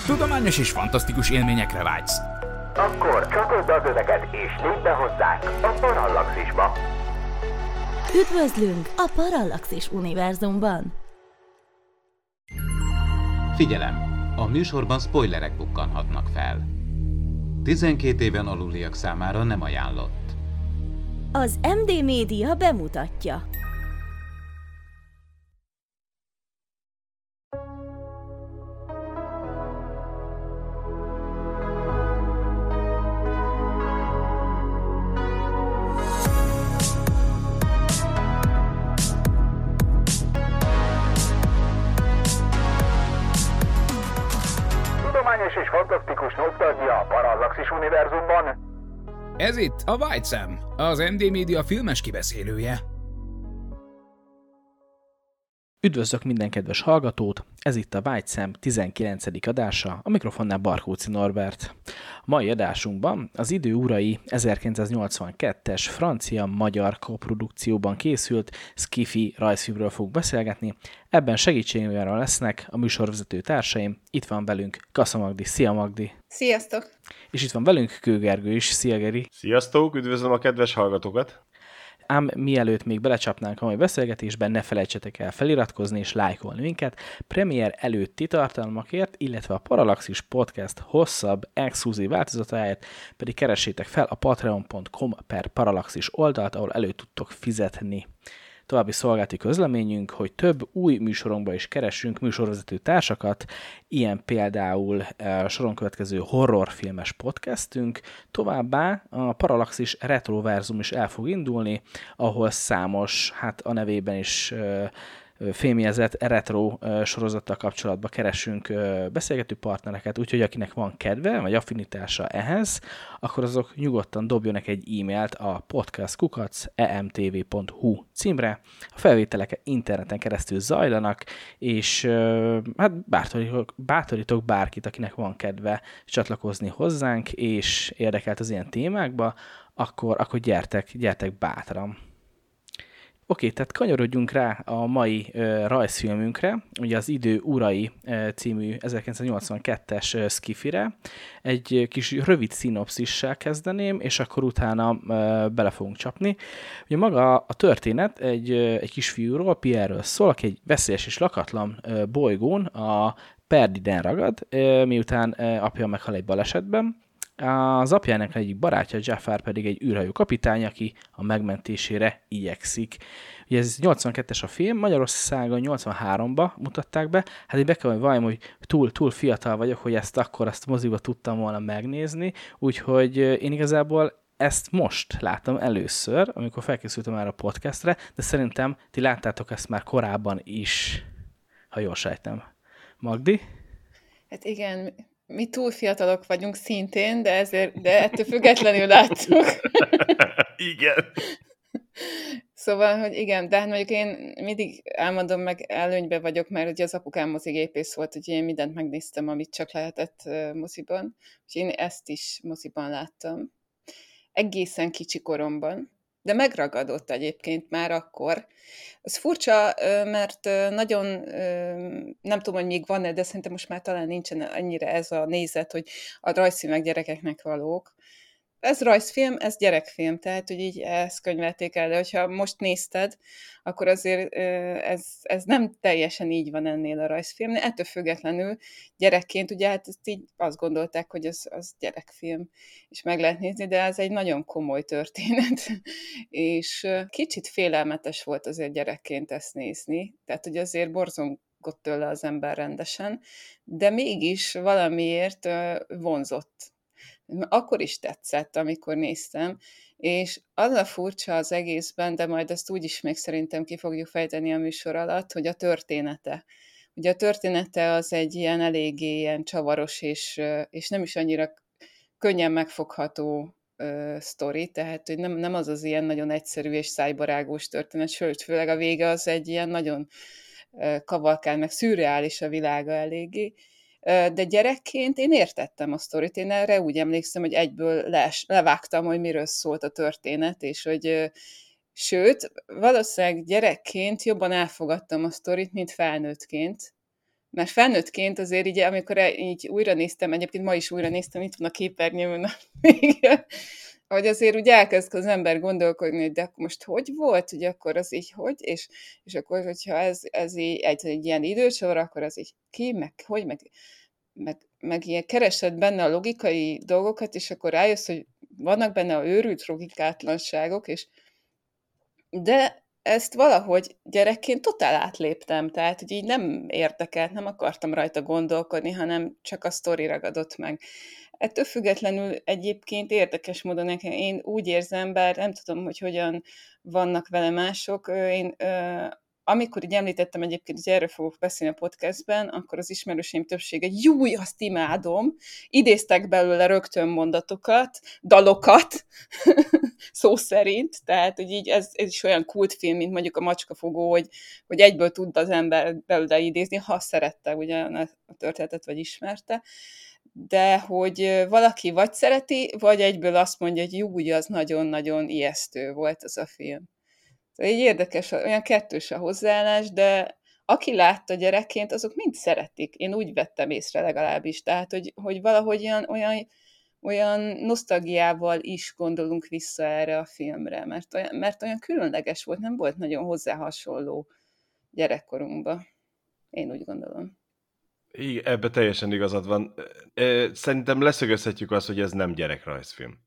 Tudományos és fantasztikus élményekre vágysz? Akkor csatold az öveket és lépj be hozzánk a Parallaxisba! Üdvözlünk a Parallaxis univerzumban! Figyelem! A műsorban spoilerek bukkanhatnak fel. 12 éven aluliak számára nem ajánlott. Az MD Média bemutatja. Tudományos és fantasztikus nosztalgia a Parallaxis univerzumban. Ez itt a White Sam, az MD Média filmes kibeszélője. Üdvözlök minden kedves hallgatót, ez itt a White Sam 19. adása, a mikrofonnál Barkóczy Norbert. A mai adásunkban az idő urai 1982-es francia-magyar koprodukcióban készült sci-fi rajzfilmről fogunk beszélgetni. Ebben segítségünkre lesznek a műsorvezető társaim. Itt van velünk Kassa Magdi. Szia Magdi! Sziasztok! És itt van velünk Kő Gergő is. Szia Geri! Sziasztok! Üdvözlöm a kedves hallgatókat! Ám mielőtt még belecsapnánk a mai beszélgetésben, ne felejtsetek el feliratkozni és lájkolni minket, premier előtti tartalmakért, illetve a Parallaxis Podcast hosszabb, exkluzív változatáért pedig keressétek fel a patreon.com/parallaxis oldalt, ahol elő tudtok fizetni. További szolgálati közleményünk, hogy több új műsorunkba is keresünk műsorvezető társakat, ilyen például a soron következő horrorfilmes podcastünk, továbbá a Parallaxis Retroverzum is el fog indulni, ahol számos, hát a nevében is fémjezett retro sorozattal kapcsolatban keresünk beszélgető partnereket, úgyhogy akinek van kedve, vagy affinitása ehhez, akkor azok nyugodtan dobjanak egy e-mailt a podcast@emtv.hu címre. A felvételek interneten keresztül zajlanak, és hát bátorítok bárkit, akinek van kedve csatlakozni hozzánk, és érdekelt az ilyen témákba, akkor gyertek bátran. Oké, tehát kanyarodjunk rá a mai rajzfilmünkre, ugye az Idő urai című 1982-es sci-fire. Egy kis rövid szinopszissal kezdeném, és akkor utána bele fogunk csapni. Ugye maga a történet egy kisfiúról, Pierre-ről szól, aki egy veszélyes és lakatlan bolygón, a Perdiden ragad, miután apja meghal egy balesetben. Az apjának egyik barátja, Jafar pedig egy űrhajó kapitány, aki a megmentésére igyekszik. Ugye ez 82-es a film, Magyarországon 83-ba mutatták be, hát én be kell valljam, hogy túl fiatal vagyok, hogy azt moziba tudtam volna megnézni, úgyhogy én igazából ezt most láttam először, amikor felkészültem már a podcastre, de szerintem ti láttátok ezt már korábban is, ha jól sejtem. Magdi? Hát igen, mi túl fiatalok vagyunk szintén, de ettől függetlenül láttuk. Igen. Szóval, hogy igen, de hát mondjuk én mindig elmondom, meg előnybe vagyok, mert ugye az apukám mozigépész volt, úgyhogy én mindent megnéztem, amit csak lehetett moziban. Úgyhogy én ezt is moziban láttam. Egészen kicsi koromban. De megragadott egyébként már akkor. Az furcsa, mert nagyon, nem tudom, hogy még van-e, de szerintem most már talán nincsen annyira ez a nézet, hogy a rajzfilmek gyerekeknek valók. Ez rajzfilm, ez gyerekfilm, tehát hogy így ezt könyvelték el, de hogyha most nézted, akkor azért ez nem teljesen így van ennél a rajzfilmnél. Ettől függetlenül gyerekként, ugye hát ezt így azt gondolták, hogy az gyerekfilm, és meg lehet nézni, de ez egy nagyon komoly történet, és kicsit félelmetes volt azért gyerekként ezt nézni, tehát hogy azért borzongott tőle az ember rendesen, de mégis valamiért vonzott. Akkor is tetszett, amikor néztem, és az a furcsa az egészben, de majd ezt úgyis még szerintem ki fogjuk fejteni a műsor alatt, hogy a története. Ugye a története az egy ilyen eléggé ilyen csavaros, és nem is annyira könnyen megfogható sztori, tehát hogy nem az az ilyen nagyon egyszerű és szájbarágós történet, sőt, főleg a vége az egy ilyen nagyon kavalkán, meg szürreális a világa eléggé. De gyerekként én értettem a sztorit, én erre úgy emlékszem, hogy egyből levágtam, hogy miről szólt a történet, és hogy sőt, valószínűleg gyerekként jobban elfogadtam a sztorit, mint felnőttként, Mert felnőttként azért így, amikor így újra néztem, egyébként ma is újra néztem, itt van a képernyőn, hogy azért úgy elkezd az ember gondolkodni, hogy de akkor most hogy volt, hogy akkor az így hogy, és akkor, hogyha ez így egy ilyen idősor, akkor az így ki, meg hogy, meg ilyen keresed benne a logikai dolgokat, és akkor rájössz, hogy vannak benne a őrült logikátlanságok, de ezt valahogy gyerekként totál átléptem, tehát hogy így nem érdekelt, nem akartam rajta gondolkodni, hanem csak a sztori ragadott meg. Ettől függetlenül egyébként érdekes módon nekem, én úgy érzem, bár nem tudom, hogy hogyan vannak vele mások, amikor így említettem egyébként, hogy erről fogok beszélni a podcastben, akkor az ismerőseim többsége, júj, azt imádom, idéztek belőle rögtön mondatokat, dalokat, szó szerint, tehát hogy így ez is olyan kultfilm, mint mondjuk a Macskafogó, hogy egyből tud az ember belőle idézni, ha szerette ugyan a történetet, vagy ismerte, de hogy valaki vagy szereti, vagy egyből azt mondja, hogy júj, az nagyon-nagyon ijesztő volt az a film. Szóval így érdekes, olyan kettős a hozzáállás, de aki látta gyerekként, azok mind szeretik. Én úgy vettem észre legalábbis. Tehát, hogy valahogy olyan nosztalgiával is gondolunk vissza erre a filmre, mert olyan különleges volt, nem volt nagyon hozzá hasonló gyerekkorunkban. Én úgy gondolom. Igen, ebbe teljesen igazad van. Szerintem leszögözhetjük azt, hogy ez nem gyerekrajzfilm.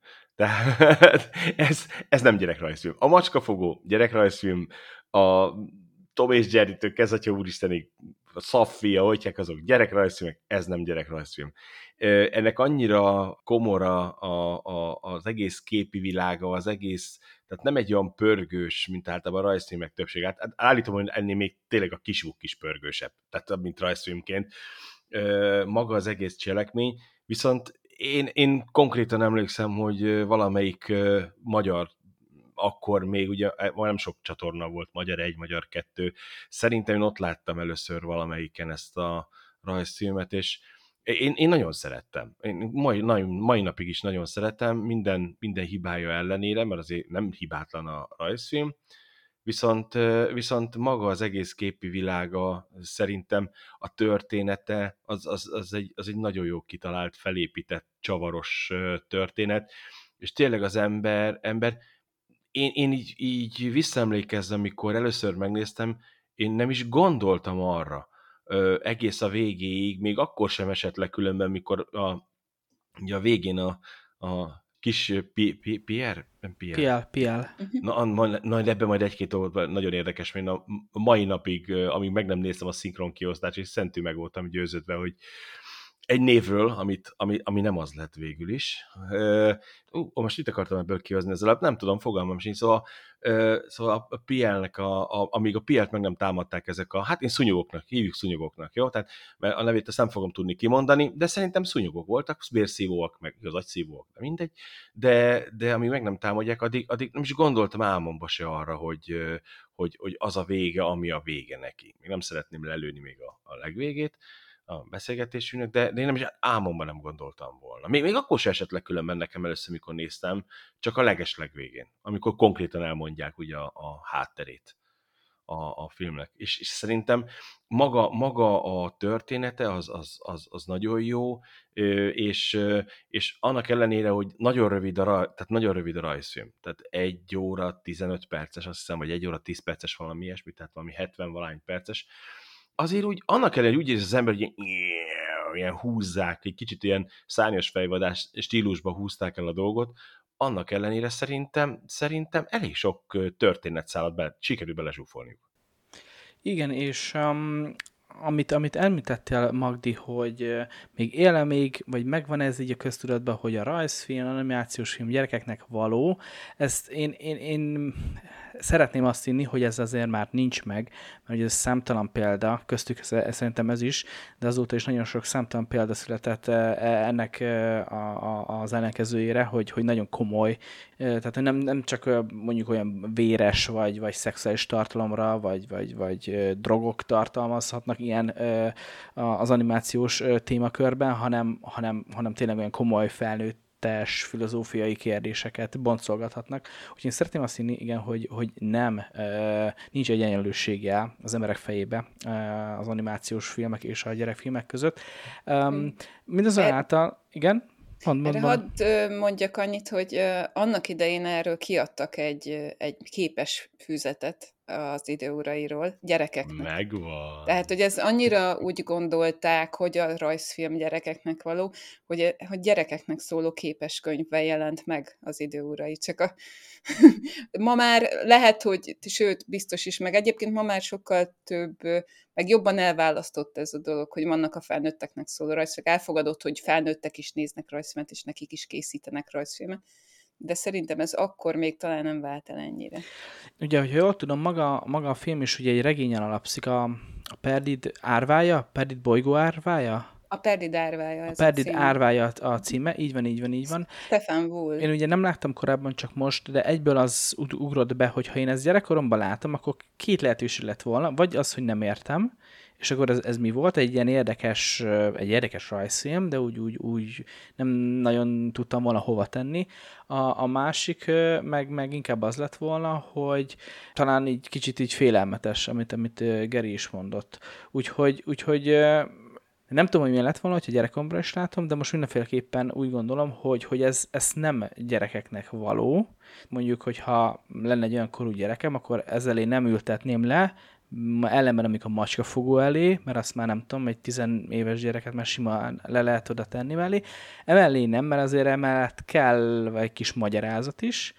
Tehát ez nem gyerekrajzfilm. A Macskafogó gyerekrajzfilm, a Tom és Jerry-től kezdve, úristenig, a Szaffi, a Hottyák, azok gyerekrajzfilmek, ez nem gyerekrajzfilm. Ennek annyira komora az egész képi világa, az egész, tehát nem egy olyan pörgős, mint általában a rajzfilmek többsége. Hát állítom, hogy ennél még tényleg a kis pörgősebb, tehát mint rajzfilmként. Maga az egész cselekmény, viszont én konkrétan emlékszem, hogy valamelyik magyar, akkor még ugye nem sok csatorna volt, Magyar 1, Magyar 2, szerintem én ott láttam először valamelyiken ezt a rajzfilmet, és én nagyon szerettem. Én mai napig is nagyon szeretem, minden hibája ellenére, mert azért nem hibátlan a rajzfilm, viszont maga az egész képi világa, szerintem a története, az egy nagyon jó kitalált, felépített, csavaros történet, és tényleg az ember én így visszaemlékezem, amikor először megnéztem, én nem is gondoltam arra egész a végéig, még akkor sem esett le különben, mikor a végén a kis Pierre? Nem Pierre. Pierre. Na, ebben majd egy-két dolgot nagyon érdekes, mert a mai napig, amíg meg nem néztem a szinkron kiosztást, és szentű meg voltam győződve, hogy egy névről, ami nem az lett végül is. Most itt akartam ebből kihozni ezzel, nem tudom, fogalmam sincs. Szóval a Pielnek, amíg a Pielt meg nem támadták ezek hát én szúnyogoknak, hívjuk szúnyogoknak, jó? Tehát, mert a nevét ezt nem fogom tudni kimondani, de szerintem szúnyogok voltak, vérszívóak, meg az agyszívóak, de mindegy. De amíg meg nem támadják, addig nem is gondoltam álmomba se arra, hogy az a vége, ami a vége neki. Még nem szeretném lelőni még a legvégét a beszélgetésünknek, de én nem is álmomban nem gondoltam volna. Még akkor se esett le különben nekem először, mikor néztem, csak a legeslegvégén, amikor konkrétan elmondják ugye a hátterét a filmnek. És szerintem maga a története az nagyon jó, és annak ellenére, hogy nagyon rövid a rajzfilm, tehát 1 óra 15 perces, azt hiszem, vagy 1 óra 10 perces valami ilyesmi, tehát valami 70-valány perces, azért úgy, annak ellenére úgy érzi az ember, hogy ilyen húzzák, egy kicsit ilyen szárnyas fejvadás stílusba húzták el a dolgot, annak ellenére szerintem elég sok történetszálat sikerül belezsúfolniuk. Igen, és amit említettél, Magdi, hogy még él még, vagy megvan ez így a köztudatban, hogy a rajzfilm, animációs film gyerekeknek való, ezt én szeretném azt hinni, hogy ez azért már nincs meg, mert ez számtalan példa, köztük szerintem ez is, de azóta is nagyon sok számtalan példa született ennek az ellenkezőjére, hogy nagyon komoly, tehát nem csak mondjuk olyan véres, vagy szexuális tartalomra, vagy drogok tartalmazhatnak ilyen az animációs témakörben, hanem tényleg olyan komoly felnőtt filozófiai kérdéseket boncolgathatnak. Úgyhogy én szeretném azt hinni, igen, hogy nem, nincs egy egyenlősége az emberek fejébe az animációs filmek és a gyerekfilmek között. Mindazonáltal, igen? Erre hadd mondjak annyit, hogy annak idején erről kiadtak egy képes füzetet az Időurairól gyerekeknek. Megvan. Tehát, hogy ez annyira úgy gondolták, hogy a rajzfilm gyerekeknek való, hogy gyerekeknek szóló képeskönyvben jelent meg az Időurai. Csak ma már lehet, hogy, sőt, biztos is, meg egyébként ma már sokkal több, meg jobban elválasztott ez a dolog, hogy vannak a felnőtteknek szóló rajzfilmek. Elfogadott, hogy felnőttek is néznek rajzfilmet, és nekik is készítenek rajzfilmet. De szerintem ez akkor még talán nem vált el ennyire. Ugye, hogyha jól tudom, maga a film is ugye egy regényen alapszik, a Perdid árvája? Perdid bolygó árvája? A Perdid árvája. A Perdid árvája a címe, így van. Stefan Wool. Én ugye nem láttam korábban, csak most, de egyből az ugrott be, hogy ha én ezt gyerekkoromban látom, akkor két lehetőség lett volna, vagy az, hogy nem értem, és akkor ez mi volt? Egy ilyen érdekes rajzfilm, de úgy nem nagyon tudtam volna hova tenni. A másik meg inkább az lett volna, hogy talán így kicsit így félelmetes, amit Geri is mondott. Úgyhogy nem tudom, hogy milyen lett volna, hogyha gyerekkoromra is látom, de most mindenféleképpen úgy gondolom, hogy ez nem gyerekeknek való. Mondjuk, hogyha lenne egy olyan korú gyerekem, akkor ezzel én nem ültetném le, ellenben amik a macskafogó elé, mert azt már nem tudom, egy 10 éves gyereket már simán le lehet oda tenni mellé. Emellé nem, mert azért emellett kell egy kis magyarázat is.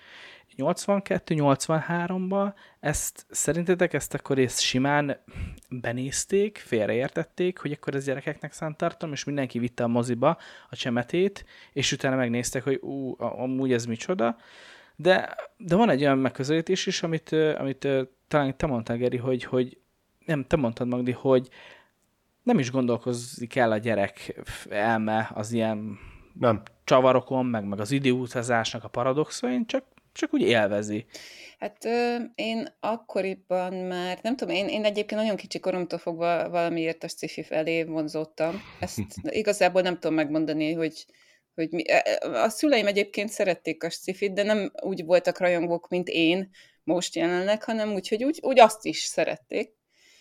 82-83-ban szerintetek ezt akkor simán benézték, félreértették, hogy akkor ez gyerekeknek szánt tartalom, és mindenki vitte a moziba a csemetét, és utána megnéztek, hogy amúgy ez micsoda. De van egy olyan megközelítés is, amit talán te mondtál, Geri, hogy nem, te mondtad, Magdi, hogy nem is gondolkozik el a gyerek elme az ilyen csavarokon, meg az időutazásnak a paradoxain, csak úgy élvezi. Hát én akkoriban már, nem tudom, én egyébként nagyon kicsi koromtól fogva valamiért a sci-fi felé vonzottam. Ezt igazából nem tudom megmondani, hogy mi. A szüleim egyébként szerették a sci-fit, de nem úgy voltak rajongók, mint én most jelenleg, hanem úgy azt is szerették.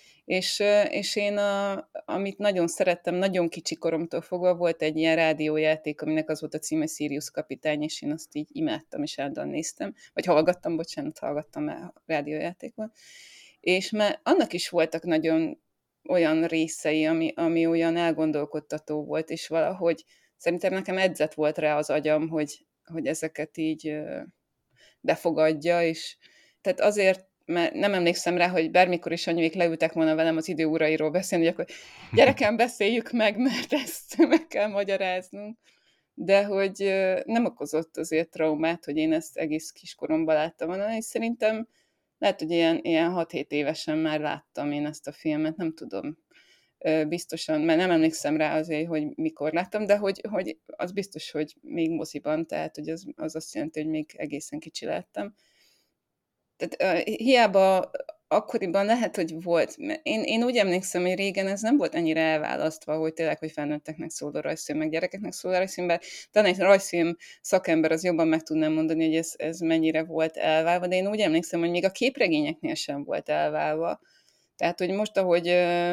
És én, amit nagyon szerettem, nagyon kicsi koromtól fogva, volt egy ilyen rádiójáték, aminek az volt a címe Sirius kapitány, és én azt így imádtam, és állandóan néztem, vagy hallgattam a rádiójátékban. És már annak is voltak nagyon olyan részei, ami olyan elgondolkodtató volt, és valahogy szerintem nekem edzett volt rá az agyam, hogy ezeket így befogadja, és tehát azért, mert nem emlékszem rá, hogy bármikor is anyuék leültek volna velem az Időurairól beszélni, hogy akkor gyerekem, beszéljük meg, mert ezt meg kell magyaráznunk. De hogy nem okozott azért traumát, hogy én ezt egész kiskoromban láttam volna, és szerintem lehet, hogy ilyen 6-7 évesen már láttam én ezt a filmet, nem tudom biztosan, mert nem emlékszem rá azért, hogy mikor láttam, de hogy az biztos, hogy még moziban, tehát hogy az azt jelenti, hogy még egészen kicsi lettem. Tehát hiába akkoriban lehet, hogy volt. Én úgy emlékszem, hogy régen ez nem volt ennyire elválasztva, hogy tényleg, hogy felnőtteknek szóló rajzfilm, meg gyerekeknek szóló rajzfilm, bár talán egy rajzfilm szakember az jobban meg tudnám mondani, hogy ez mennyire volt elválva, de én úgy emlékszem, hogy még a képregényeknél sem volt elválva. Tehát, hogy most, ahogy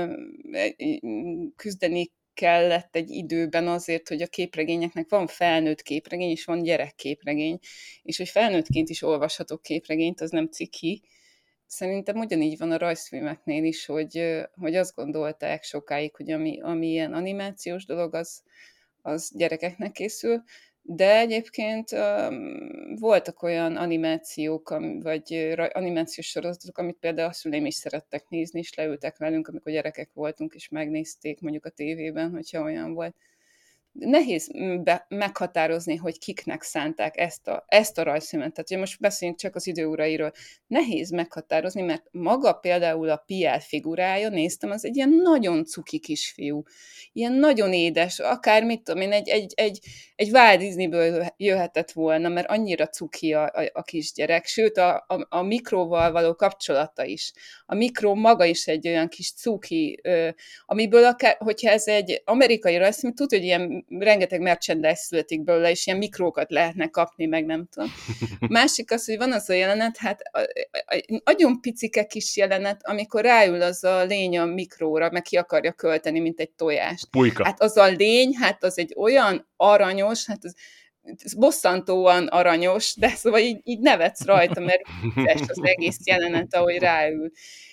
küzdeni kellett egy időben azért, hogy a képregényeknek van felnőtt képregény, és van gyerekképregény, és hogy felnőttként is olvashatok képregényt, az nem ciki. Szerintem ugyanígy van a rajzfilmeknél is, hogy azt gondolták sokáig, hogy ami ilyen animációs dolog, az gyerekeknek készül, de egyébként voltak olyan animációk, vagy animációs sorozatok, amit például a szüleim is szerettek nézni, és leültek velünk, amikor gyerekek voltunk, és megnézték mondjuk a tévében, hogyha olyan volt. Nehéz meghatározni, hogy kiknek szánták ezt a rajzfilmet. Tehát, hogy most beszéljünk csak az Időurairól. Nehéz meghatározni, mert maga például a Piel figurája, néztem, az egy ilyen nagyon cuki kisfiú. Ilyen nagyon édes, akár mit tudom én, egy Walt Disneyből jöhetett volna, mert annyira cuki a kisgyerek, sőt a mikróval való kapcsolata is. A mikró maga is egy olyan kis cuki, amiből akár, hogyha ez egy amerikai rajzfilm, tudod, hogy ilyen rengeteg merchandise születik belőle, és ilyen mikrókat lehetne kapni, meg nem tudom. Másik az, hogy van az a jelenet, hát nagyon picike kis jelenet, amikor ráül az a lény a mikróra, meg ki akarja költeni, mint egy tojást. Pulyka. Hát az a lény, hát az egy olyan aranyos, hát az bosszantóan aranyos, de szóval így nevetsz rajta, mert az egész jelenet, ahogy ráül.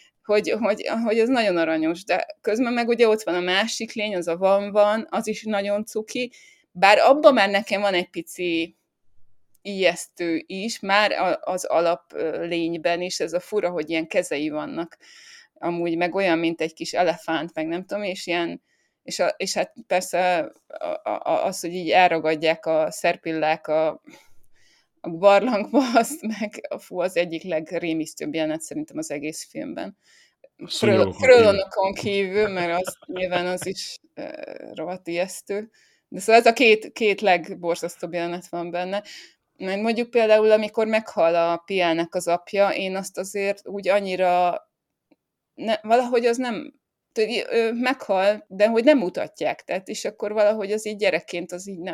Hogy az nagyon aranyos, de közben meg ugye ott van a másik lény, az a van, az is nagyon cuki, bár abban már nekem van egy pici ijesztő is, már az alap lényben is, ez a fura, hogy ilyen kezei vannak, amúgy meg olyan, mint egy kis elefánt, meg nem tudom, és ilyen, és hát persze az, hogy így elragadják a szerpillák a barlangba, azt meg az egyik legrémisztőbb jelenet szerintem az egész filmben. Frölonokon kívül, mert az nyilván az is rohadt ijesztő. De szóval ez a két legborzasztóbb jelenet van benne. Mert mondjuk például, amikor meghal a Pielnek az apja, én azt azért úgy annyira valahogy az nem meghal, de hogy nem mutatják. Tehát, és akkor valahogy az így gyerekként az így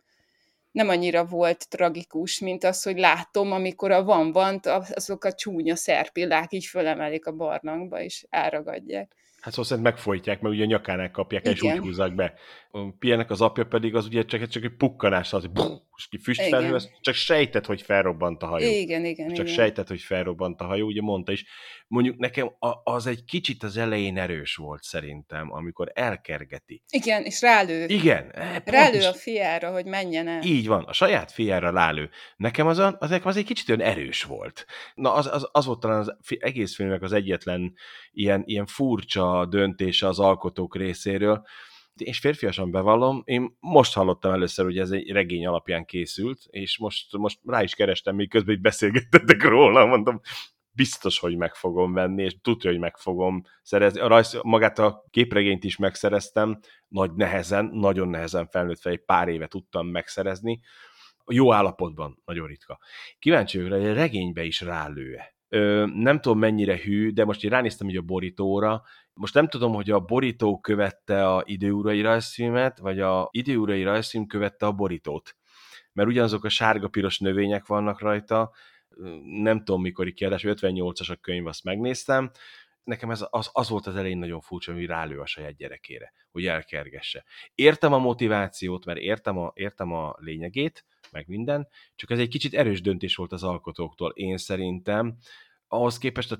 nem annyira volt tragikus, mint az, hogy látom, amikor a van azok a csúnya szerpillák így fölemelik a barlangba, és elragadják. Hát szóval szerint megfojtják, mert ugye a nyakánál kapják el, és úgy húzzák be. A Pielnek az apja pedig az ugye csak egy pukkanás, az, és ki füstfelhő, csak sejtett, hogy felrobbant a hajó. Igen. Csak sejtett, hogy felrobbant a hajó, ugye mondta is. Mondjuk nekem az egy kicsit az elején erős volt szerintem, amikor elkergeti. Igen, és rálő. Igen. Rálő a fiára, hogy menjen el. Így van, a saját fiára rálő. Nekem az egy kicsit olyan erős volt. Na, az volt talán az egész filmnek az egyetlen ilyen furcsa döntése az alkotók részéről. És férfiasan bevallom, én most hallottam először, hogy ez egy regény alapján készült, és most rá is kerestem, még közben így beszélgettetek róla, mondom, biztos, hogy meg fogom venni, és tudja, hogy meg fogom szerezni. Magát a képregényt is megszereztem, nagyon nehezen felnőtt fel, egy pár éve tudtam megszerezni. Jó állapotban, nagyon ritka. Kíváncsi vagyok rá, hogy a regénybe is rálő-e. Nem tudom mennyire hű, de most én ránéztem így a borítóra. Most nem tudom, hogy a borító követte a Időurai rajzfilmet, vagy a Időurai rajzfilm követte a borítót. Mert ugyanazok a sárga-piros növények vannak rajta, nem tudom mikori kiadás, 58-as a könyv, azt megnéztem. Nekem az volt az elején nagyon furcsa, hogy rálő a saját gyerekére, hogy elkergesse. Értem a motivációt, mert értem a lényegét, meg minden, csak ez egy kicsit erős döntés volt az alkotóktól, én szerintem. Ahhoz képest a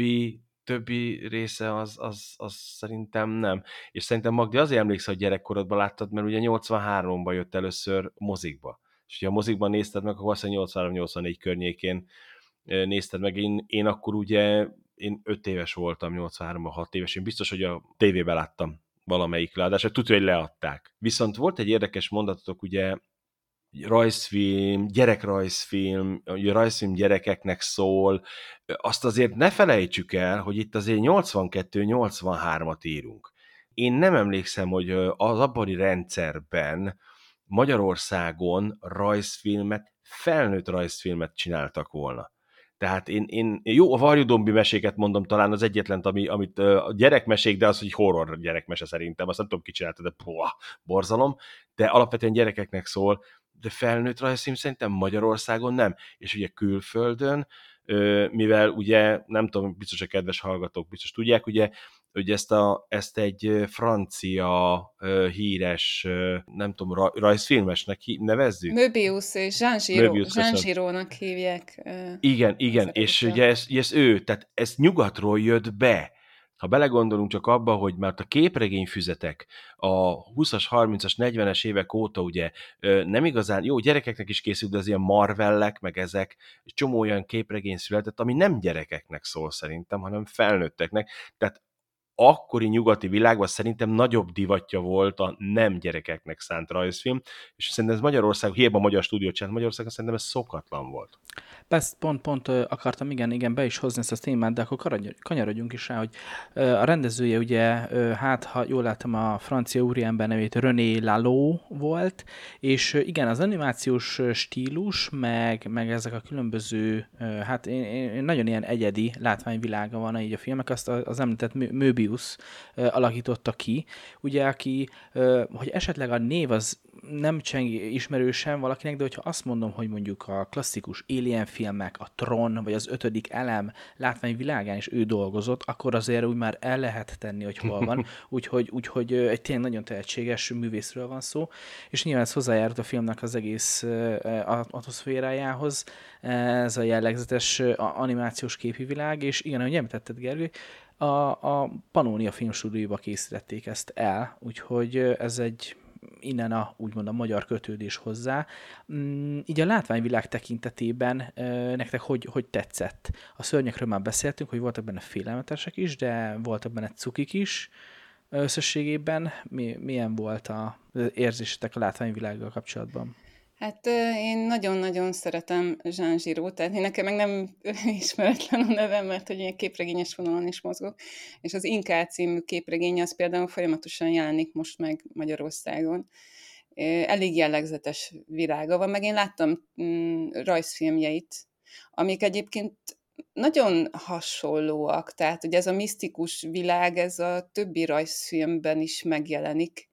többi része az szerintem nem. És szerintem Magdi azért emlékszel, hogy gyerekkorodban láttad, mert ugye 83-ban jött először mozikba. És ha a mozikban nézted meg, akkor azt 83-84 környékén nézted meg. Én akkor ugye, én 5 éves voltam, 83-ban 6 éves, én biztos, hogy a tévében láttam valamelyik leadását, tudja, hogy leadták. Viszont volt egy érdekes mondatotok, ugye rajzfilm, gyerekrajzfilm, rajzfilm gyerekeknek szól, azt azért ne felejtsük el, hogy itt azért 82-83-at írunk. Én nem emlékszem, hogy az abbani rendszerben Magyarországon felnőtt rajzfilmet csináltak volna. Tehát én jó, a Varjú-Dombi meséket mondom, talán az egyetlen, amit a gyerekmesék, de az, hogy horror gyerekmese szerintem, azt nem tudom, ki csinálta, de borzalom, de alapvetően gyerekeknek szól, de felnőtt rajzfilm szerintem Magyarországon nem. És ugye külföldön, mivel ugye, nem tudom, biztos a kedves hallgatók biztos tudják, ugye, hogy ezt egy francia híres, nem tudom, rajzfilmesnek nevezzük? Möbius és Jean Giraudnak hívják. Igen, és ugye ez ő, tehát ez nyugatról jött be. Ha belegondolunk csak abba, hogy már a képregényfüzetek a 20-as, 30-as, 40-es évek óta ugye nem igazán, jó, gyerekeknek is készült, de az ilyen Marvellek, meg ezek, csomó olyan képregény született, ami nem gyerekeknek szól szerintem, hanem felnőtteknek. Tehát akkori nyugati világban szerintem nagyobb divatja volt a nem gyerekeknek szánt rajzfilm, és szerintem ez Magyarországon, hiába magyar stúdiót csinált Magyarországon, szerintem ez szokatlan volt. Ezt pont akartam igen be is hozni ezt a témát, de akkor kanyarodjunk is rá, hogy a rendezője ugye, hát ha jól láttam, a francia úriember nevét René Laloux volt, és igen, az animációs stílus, meg ezek a különböző, hát én nagyon ilyen egyedi látványvilága van így a filmek, azt az említett Möbius alakította ki, ugye, aki, hogy esetleg a név az nem cseng ismerősen valakinek, de hogyha azt mondom, hogy mondjuk a klasszikus Alien filmek, a Tron, vagy az 5. elem látványvilágán is ő dolgozott, akkor azért úgy már el lehet tenni, hogy hol van. Úgyhogy egy tényleg nagyon tehetséges művészről van szó, és nyilván ez hozzájárult a filmnek az egész atmoszférájához, ez a jellegzetes animációs képi világ, és igen, ahogy említetted, Gergő, a Pannonia Filmstúdióba készítették ezt el, úgyhogy ez egy innen úgymond a magyar kötődés hozzá. Így a látványvilág tekintetében nektek hogy tetszett? A szörnyekről már beszéltünk, hogy voltak benne félelmetesek is, de voltak benne cukik is. Összességében milyen volt az érzésetek a látványvilággal kapcsolatban? Hát én nagyon-nagyon szeretem Jean Giraud, tehát nekem meg nem ismeretlen a nevem, mert hogy ilyen képregényes vonalon is mozgok, és az Inkál című képregény az például folyamatosan jelenik most meg Magyarországon. Elég jellegzetes világa van, meg én láttam rajzfilmjeit, amik egyébként nagyon hasonlóak, tehát hogy ez a misztikus világ, ez a többi rajzfilmben is megjelenik,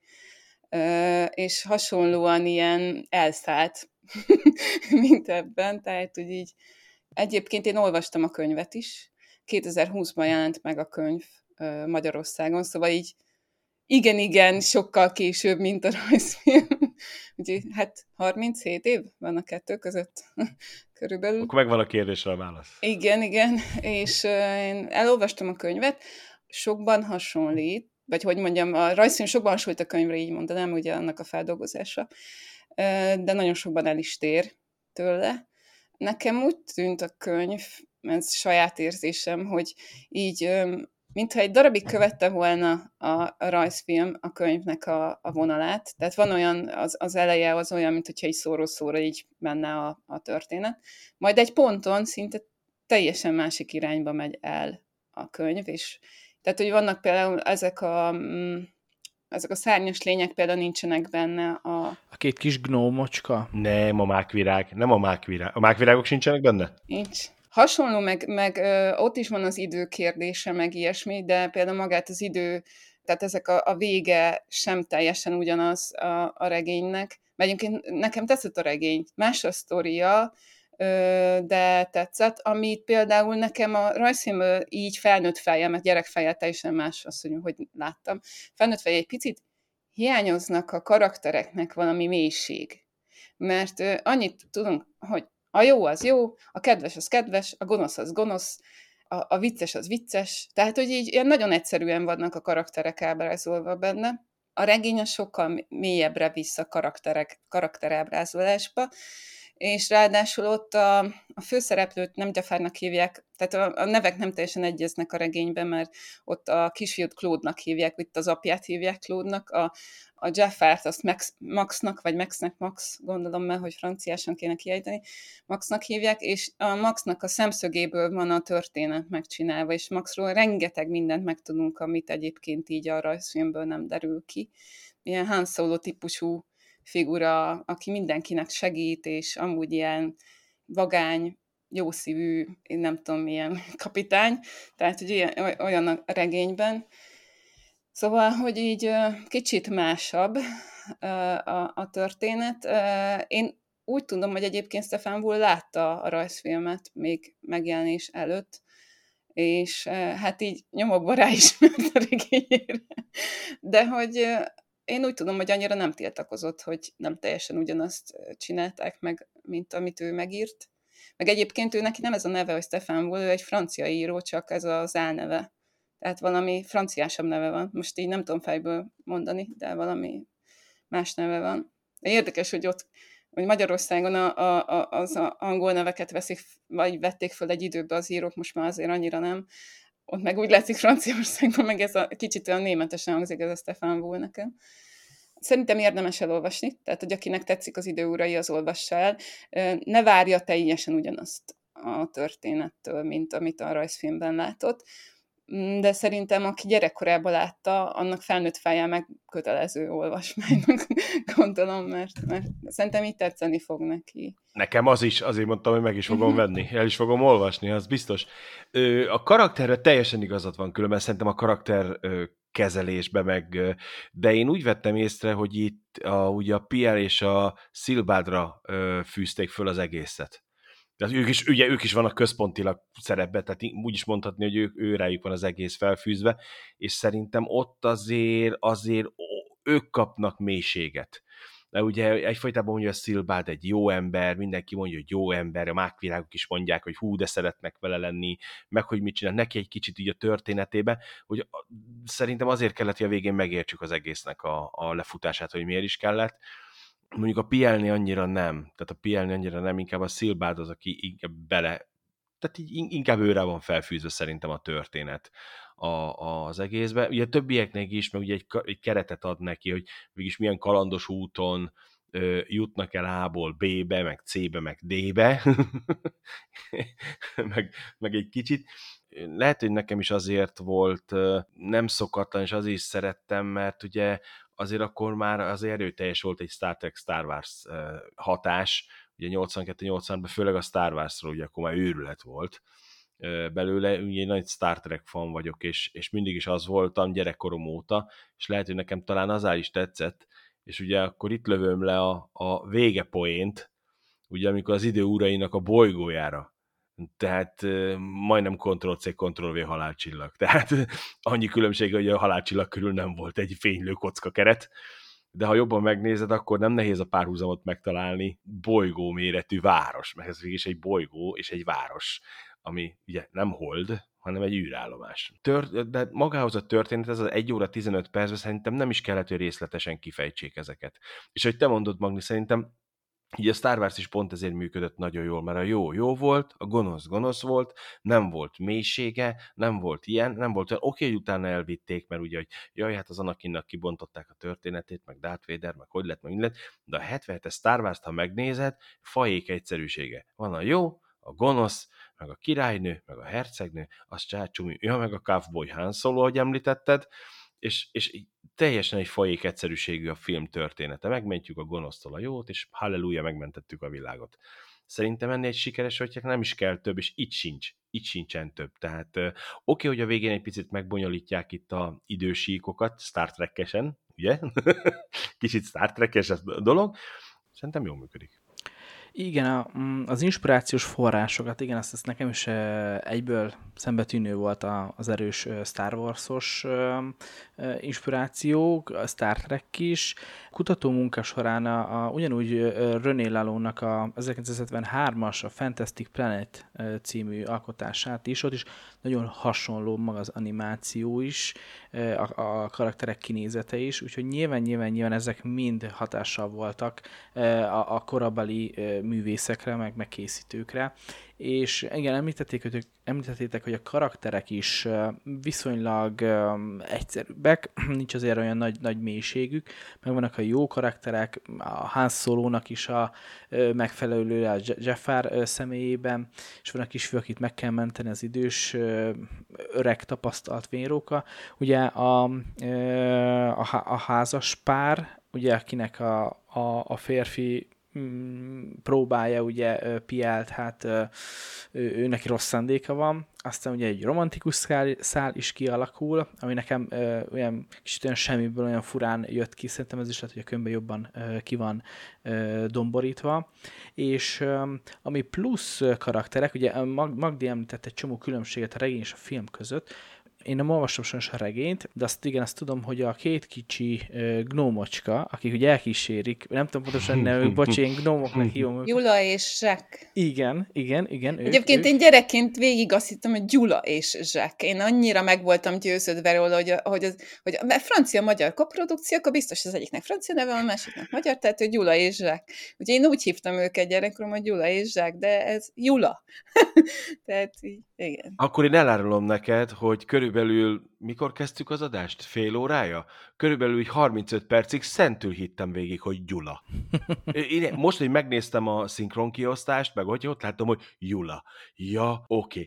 és hasonlóan ilyen elszállt, mint ebben, tehát hogy így egyébként én olvastam a könyvet is, 2020-ban jelent meg a könyv Magyarországon, szóval így igen, sokkal később, mint a rajzfilm. Úgyhogy hát 37 év van a kettő között körülbelül. Akkor megvan a kérdésre a válasz. Igen, és én elolvastam a könyvet, sokban hasonlít, vagy hogy mondjam, a rajzfilm sokban hasonlít a könyvre, így mondanám, ugye annak a feldolgozása, de nagyon sokban el is tér tőle. Nekem úgy tűnt a könyv, ez saját érzésem, hogy így, mintha egy darabig követte volna a rajzfilm a könyvnek a vonalát, tehát van olyan, az eleje az olyan, mint hogyha így szóról-szóra így menne a történet, majd egy ponton szinte teljesen másik irányba megy el a könyv, és tehát, hogy vannak például ezek a szárnyas lények például nincsenek benne. A két kis gnómocska? Nem a mákvirág. A mákvirágok sincsenek benne? Nincs. Hasonló, meg ott is van az idő kérdése, meg ilyesmi, de például magát az idő, tehát ezek a vége sem teljesen ugyanaz a regénynek. Mert egyébként nekem tetszett a regény. Más a sztoria, de tetszett, amit például nekem a rajzfilmből így felnőtt fejjel, mert gyerekfejjel teljesen más azt, hogy láttam. Felnőtt fejjel egy picit hiányoznak a karaktereknek valami mélység. Mert annyit tudunk, hogy a jó az jó, a kedves az kedves, a gonosz az gonosz, a vicces az vicces, tehát hogy így ilyen nagyon egyszerűen vannak a karakterek ábrázolva benne. A regény az sokkal mélyebbre visz a karakterábrázolásba, és ráadásul ott a főszereplőt nem Jafárnak hívják, tehát a nevek nem teljesen egyeznek a regényben, mert ott a kisfiút Claude-nak hívják, itt az apját hívják Claude-nak, a Jafárt azt Maxnak, vagy Max, gondolom már, hogy franciásan kéne kiejteni, Maxnak hívják, és a Maxnak a szemszögéből van a történet megcsinálva, és Maxról rengeteg mindent megtudunk, amit egyébként így a rajzfilmből nem derül ki. Ilyen Han Solo típusú figura, aki mindenkinek segít, és amúgy ilyen vagány, jószívű, én nem tudom milyen kapitány, tehát hogy olyan a regényben. Szóval, hogy így kicsit másabb a történet. Én úgy tudom, hogy egyébként Stefan Bull látta a rajzfilmet még megjelenés előtt, és hát így nyomokban ráismert a regényére. De hogy én úgy tudom, hogy annyira nem tiltakozott, hogy nem teljesen ugyanazt csinálták meg, mint amit ő megírt. Meg egyébként ő neki nem ez a neve, hogy Stefan Bull, ő egy francia író, csak ez az álneve. Tehát valami franciásabb neve van. Most így nem tudom fejből mondani, de valami más neve van. De érdekes, hogy ott, hogy Magyarországon az angol neveket veszik, vagy vették föl egy időben az írók, most már azért annyira nem. Ott meg úgy látszik Franciaországban, meg ez a kicsit olyan németesen hangzik ez a Stefan Bull nekem. Szerintem érdemes elolvasni, tehát hogy akinek tetszik az Idő urai, az olvassa el. Ne várja teljesen ugyanazt a történettől, mint amit a rajzfilmben látott, de szerintem aki gyerekkorában látta, annak felnőtt fejjel meg kötelező olvasmánynak gondolom, mert szerintem így tetszeni fog neki. Nekem az is, azért mondtam, hogy meg is fogom venni, el is fogom olvasni, az biztos. A karakterre teljesen igazad van, különben szerintem a karakter kezelésbe, de én úgy vettem észre, hogy itt ugye a Piel és a Szilbádra fűzték föl az egészet. Tehát ők is vannak központilag szerepben, tehát úgy is mondhatni, hogy ő rájuk van az egész felfűzve, és szerintem ott azért ők kapnak mélységet. De ugye egyfajtában mondja, a Szilbád egy jó ember, mindenki mondja, hogy jó ember, a mákvirágok is mondják, hogy hú, de szeretnek vele lenni, meg hogy mit csinál, neki egy kicsit így a történetébe, hogy szerintem azért kellett, hogy a végén megértsük az egésznek a lefutását, hogy miért is kellett. Mondjuk a Pielni annyira nem, tehát a Pielni annyira nem, inkább a Szilbád az, aki inkább tehát inkább őre van felfűzve szerintem a történet az egészbe. Ugye a többieknek is, meg ugye egy keretet ad neki, hogy mégis milyen kalandos úton jutnak el A-ból B-be, meg C-be, meg D-be, meg egy kicsit. Lehet, hogy nekem is azért volt nem szokatlan, és azért is szerettem, mert ugye azért akkor már azért erőteljes volt egy Star Trek Star Wars hatás, ugye 82-80-ban, főleg a Star Wars-ról, ugye akkor már őrület volt belőle, ugye nagy Star Trek fan vagyok, és mindig is az voltam gyerekkorom óta, és lehet, hogy nekem talán azá is tetszett, és ugye akkor itt lövöm le a végepoént, ugye amikor az idő urainak a bolygójára, tehát majdnem Ctrl-C, Ctrl-V halálcsillag, tehát annyi különbség, hogy a halálcsillag körül nem volt egy fénylő kocka keret, de ha jobban megnézed, akkor nem nehéz a párhuzamot megtalálni, bolygó méretű város, mert ez végig egy bolygó és egy város, ami ugye nem hold, hanem egy űrállomás. De magához a történet, ez az 1 óra 15 percben szerintem nem is kellett, hogy részletesen kifejtsék ezeket. És hogy te mondod, Magni, szerintem így a Star Wars is pont ezért működött nagyon jól, mert a jó volt, a gonosz volt, nem volt mélysége, nem volt ilyen, nem volt olyan, oké, hogy utána elvitték, mert ugye, hogy jaj, hát az Anakinnak kibontották a történetét, meg Darth Vader, meg hogy lett, meg minden, de a 77-es Star Wars-t, ha megnézed, fajék egyszerűsége. Van a jó, a gonosz, meg a királynő, meg a hercegnő, az csácsumi, meg a Cowboy Han Solo, ahogy említetted, és teljesen egy fajék egyszerűségű a film története. Megmentjük a gonosztól a jót, és halleluja, megmentettük a világot. Szerintem ennél egy sikeres, hogy nem is kell több, és itt sincsen több. Tehát oké, hogy a végén egy picit megbonyolítják itt a idősíkokat, Star Trek-esen, ugye? Kicsit Star Trek-es a dolog. Szerintem jól működik. Igen, az inspirációs forrásokat, igen, azt nekem is egyből szembetűnő volt az erős Star Wars-os inspirációk, a Star Trek is. Kutatómunka során ugyanúgy René Laloux-nak a 1973-as a Fantastic Planet című alkotását is, ott is nagyon hasonló maga az animáció is, a karakterek kinézete is, úgyhogy nyilván ezek mind hatással voltak a korabeli művészekre, meg készítőkre, és igen, említettétek, hogy a karakterek is viszonylag egyszerűbbek, nincs azért olyan nagy mélységük, meg vannak a jó karakterek, a Han Solo-nak is a megfelelő a Jafar személyében, és van a kisfiú, akit meg kell menteni, az idős, öreg, tapasztalt vénróka. Ugye a házas pár, ugye akinek a férfi próbálja ugye Pielt, hát ő neki rossz szándéka van, aztán ugye egy romantikus szál is kialakul, ami nekem olyan kicsit olyan semmiből olyan furán jött ki, szerintem ez is lehet, hogy a könyvben jobban ki van domborítva, és ami plusz karakterek, ugye Magdi említett egy csomó különbséget a regény és a film között. Én nem olvastam sajnos a regényt, de azt tudom, hogy a két kicsi gnómocska, akik ugye elkísérik, nem tudom pontosan nevük, bocs, én gnómoknak hívom. Gyula és Zsák. Igen. Egyébként én gyerekként végig azt hittem, hogy Gyula és Zsák. Én annyira meg voltam győződve róla, hogy francia-magyar koprodukció, akkor biztos az egyiknek francia neve, a másiknak magyar, tehát hogy Gyula és Zsák. Ugye én úgy hívtam őket gyerekkorom, hogy Gyula és Zsák, de ez Gyula. Tehát így, igen. Akkor én elárulom neked, hogy körülbelül, mikor kezdtük az adást? Fél órája? Körülbelül 35 percig szentül hittem végig, hogy Gyula. Én most, hogy megnéztem a szinkronkiosztást, meg hogy ott láttam, hogy Gyula. Ja, oké.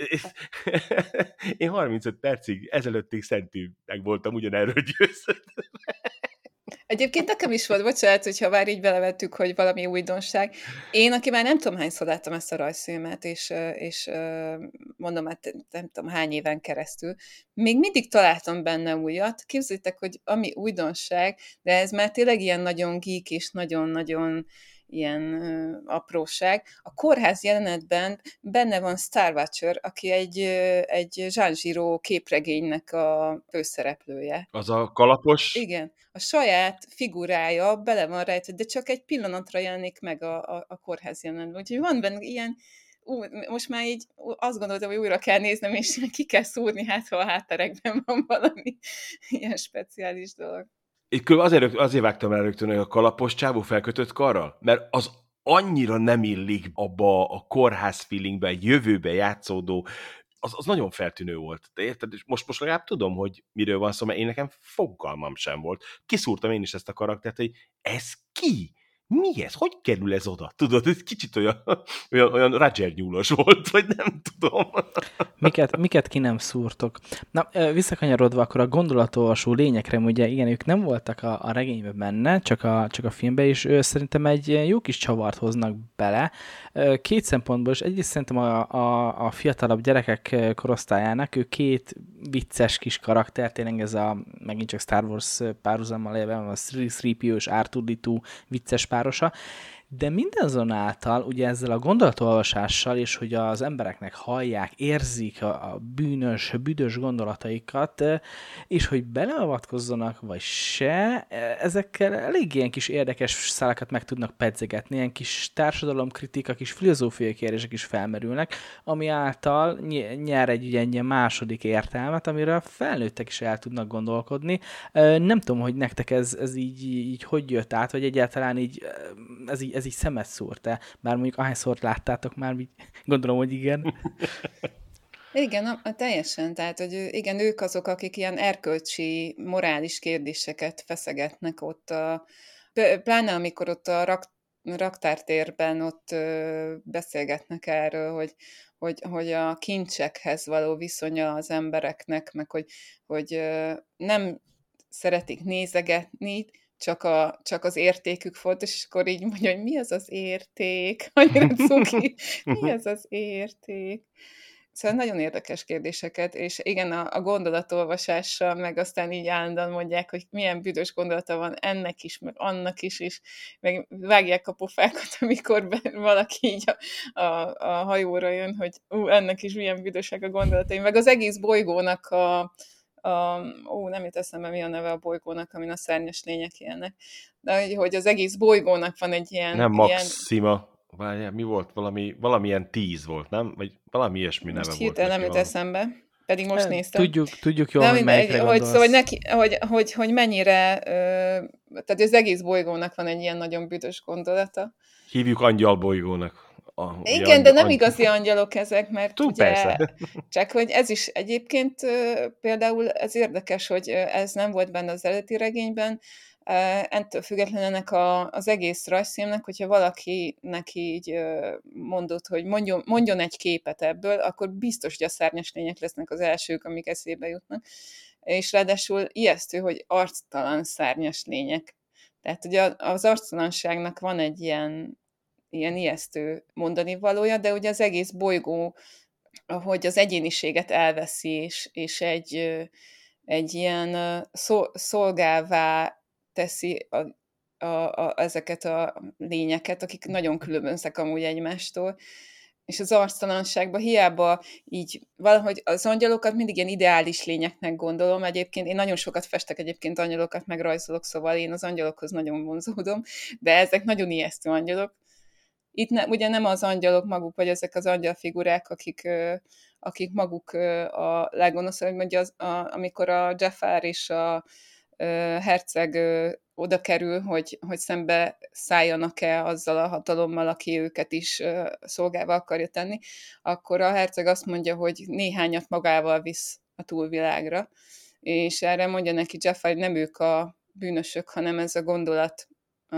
Én 35 percig ezelőttig szentül meg voltam ugyanerről győződve. Egyébként nekem is volt, bocsánat, hogyha már így belevettük, hogy valami újdonság. Én, aki már nem tudom hányszor láttam ezt a rajzfilmet, és mondom, hát nem tudom hány éven keresztül, még mindig találtam benne újat. Képzeljétek, hogy ami újdonság, de ez már tényleg ilyen nagyon geek és nagyon-nagyon ilyen apróság. A kórház jelenetben benne van Star Watcher, aki egy Jean Giraud képregénynek a főszereplője. Az a kalapos? Igen. A saját figurája bele van rejtve, de csak egy pillanatra jelenik meg a kórház jelenetben. Úgyhogy van benne ilyen, most már így azt gondoltam, hogy újra kell néznem, és ki kell szúrni, hát ha a hátterekben van valami ilyen speciális dolog. Itt azért vágtam el rögtön, hogy a kalapos csávó felkötött karral, mert az annyira nem illik abba a kórház feelingbe, jövőbe játszódó, az nagyon feltűnő volt. De érted? És most legalább tudom, hogy miről van szó, mert én nekem fogalmam sem volt. Kiszúrtam én is ezt a karaktert, hogy ez ki? Mi ez? Hogy kerül ez oda? Tudod, ez kicsit olyan Roger nyúlos volt, vagy nem tudom. Miket ki nem szúrtok? Na, visszakanyarodva akkor a gondolatolvasó lényekre, ugye igen, ők nem voltak a regényben benne, csak a filmben, és szerintem egy jó kis csavart hoznak bele. Két szempontból, és egyrészt szerintem a fiatalabb gyerekek korosztályának, ő két vicces kis karakter, tényleg ez megint csak Star Wars párhuzammal élve, a 3PO és R2-D2 vicces párosa, de mindazonáltal, ugye ezzel a gondolatolvasással, és hogy az embereknek hallják, érzik a büdös gondolataikat, és hogy beleavatkozzanak, vagy se, ezekkel elég ilyen kis érdekes szálakat meg tudnak pedzegetni, ilyen kis társadalomkritika, kis filozófiai kérdések is felmerülnek, ami által nyer egy ilyen második értelmet, amire a felnőttek is el tudnak gondolkodni. Nem tudom, hogy nektek ez így hogy jött át, vagy egyáltalán így ez így szemet szúrt-e? Bár mondjuk ahányszor láttátok már, gondolom, hogy igen. Igen, teljesen. Tehát, hogy igen, ők azok, akik ilyen erkölcsi, morális kérdéseket feszegetnek ott, pláne amikor ott a raktártérben ott beszélgetnek erről, hogy a kincsekhez való viszonya az embereknek, meg hogy nem szeretik nézegetni, csak az értékük fontos, és akkor így mondja, hogy mi az az érték? Annyira cuki, mi az az érték? Szóval nagyon érdekes kérdéseket, és igen, a gondolatolvasással, meg aztán így állandóan mondják, hogy milyen büdös gondolata van ennek is, meg annak is, meg vágják a pofákat, amikor valaki így a hajóra jön, hogy ennek is milyen büdösek a gondolatai, meg az egész bolygónak nem jut eszembe, mi a neve a bolygónak, amin a szárnyas lények élnek. De hogy az egész bolygónak van egy ilyen... Nem Maxima. Várjál, mi volt? Valamilyen 10 volt, nem? Vagy valami ilyesmi neve volt. Hirtelen nem jut eszembe. Pedig most néztem. Tudjuk jól, hogy melyikre gondolsz. Szóval hogy mennyire... Tehát az egész bolygónak van egy ilyen nagyon büdös gondolata. Hívjuk angyalbolygónak. Igen, de nem igazi angyalok ezek, mert ugye, persze. csak hogy ez is egyébként például ez érdekes, hogy ez nem volt benne az eredeti regényben, ettől függetlenül ennek az egész rajzfilmnek, hogyha valakinek így mondott, hogy mondjon egy képet ebből, akkor biztos, hogy a szárnyas lények lesznek az elsők, amik eszébe jutnak. És ráadásul ijesztő, hogy arctalan szárnyas lények. Tehát ugye az arctalanságnak van egy ilyen ijesztő mondani valója, de ugye az egész bolygó, ahogy az egyéniséget elveszi, és egy ilyen szolgává teszi ezeket a lényeket, akik nagyon különböznek amúgy egymástól, és az arctalanságban hiába így valahogy az angyalokat mindig ilyen ideális lényeknek gondolom. Egyébként én nagyon sokat festek egyébként angyalokat, meg rajzolok, szóval én az angyalokhoz nagyon vonzódom, de ezek nagyon ijesztő angyalok. Itt ugye nem az angyalok maguk, vagy ezek az angyalfigurák, akik maguk a leggonoszabb, hogy amikor a Jafar és a herceg oda kerül, hogy szembe szálljanak-e azzal a hatalommal, aki őket is szolgálva akarja tenni, akkor a herceg azt mondja, hogy néhányat magával visz a túlvilágra, és erre mondja neki Jafar, hogy nem ők a bűnösök, hanem ez a gondolat,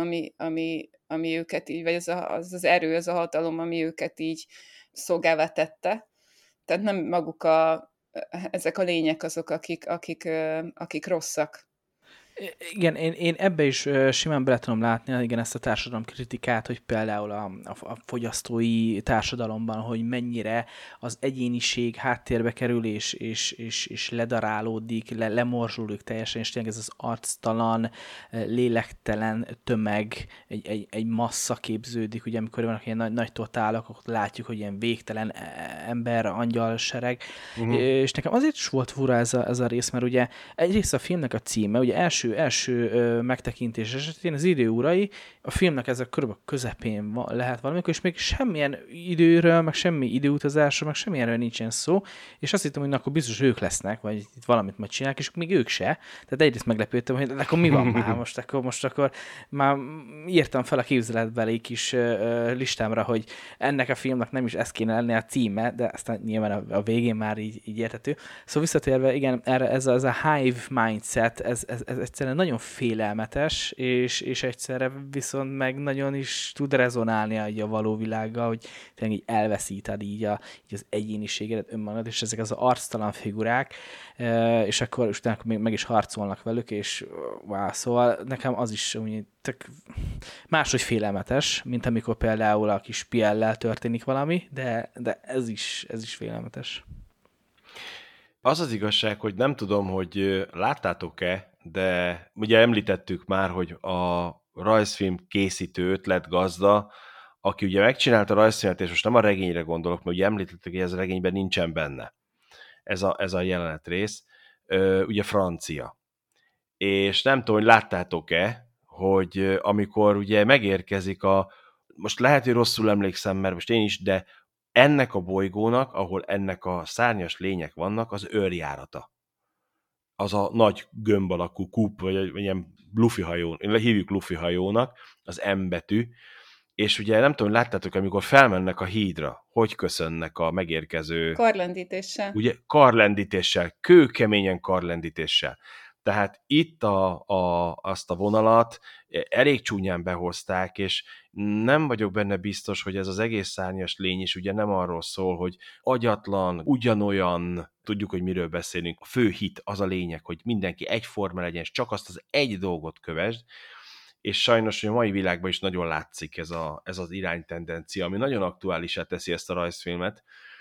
ami őket így, vagy az erő, az a hatalom, ami őket így szolgálva tette. Tehát nem maguk ezek a lények azok, akik rosszak. Igen, én ebbe is simán bele tudom látni, igen, ezt a társadalomkritikát, hogy például a fogyasztói társadalomban, hogy mennyire az egyéniség háttérbe kerül, és ledarálódik, lemorzsolódik teljesen, és tényleg ez az arctalan, lélektelen tömeg, egy massza képződik, ugye amikor vannak ilyen nagy totálok, akkor látjuk, hogy ilyen végtelen ember, angyal sereg, és nekem azért is volt fura ez a rész, mert ugye egyrészt a filmnek a címe, ugye első megtekintés esetén az Idő urai, a filmnek ez a körülbelül közepén lehet valamikor, és még semmilyen időről, meg semmi időutazásról, meg semmilyenről nincsen szó, és azt hittem, hogy akkor biztos ők lesznek, vagy itt valamit majd csinálnak, és még ők se. Tehát egyrészt meglepődtem, hogy akkor mi van már most akkor már írtam fel a képzeletbeli kis listámra, hogy ennek a filmnek nem is ez kéne lenni a címe, de aztán nyilván a végén már így érthető. Szóval visszatérve, igen, erre ez a hive mindset, ez egyszerűen nagyon félelmetes, és egyszerre viszont meg nagyon is tud rezonálni a való világgal, hogy tényleg így elveszíted így az egyéniségedet, önmagad, és ezek az arctalan figurák, és akkor utána még meg is harcolnak velük, és wow, szóval nekem az is úgy máshogy félelmetes, mint amikor például a kis Piellel történik valami, de ez is félelmetes. Az az igazság, hogy nem tudom, hogy láttátok-e, de ugye említettük már, hogy a rajzfilm készítő ötletgazda, aki ugye megcsinálta a rajzfilmet, és most nem a regényre gondolok, mert ugye említettük, hogy ez a regényben nincsen benne. Ez a jelenetrész, ugye francia. És nem tudom, hogy láttátok-e, hogy amikor ugye megérkezik most lehet, hogy rosszul emlékszem, mert most én is, de ennek a bolygónak, ahol ennek a szárnyas lények vannak, az őrjárata. Az a nagy gömb alakú kúp, vagy ilyen Luffy hajó, hívjuk Luffy hajónak, az M betű, és ugye nem tudom, láttátok, amikor felmennek a hídra, hogy köszönnek a megérkező... Karlendítéssel. Ugye karlendítéssel, kőkeményen karlendítéssel. Tehát itt azt a vonalat elég csúnyán behozták, és nem vagyok benne biztos, hogy ez az egész szárnyas lény is ugye nem arról szól, hogy agyatlan, ugyanolyan, tudjuk, hogy miről beszélünk, a fő hit az a lényeg, hogy mindenki egyforma legyen, és csak azt az egy dolgot kövesd, és sajnos, hogy a mai világban is nagyon látszik ez az iránytendencia, ami nagyon aktuálisá teszi ezt a rajzfilmet,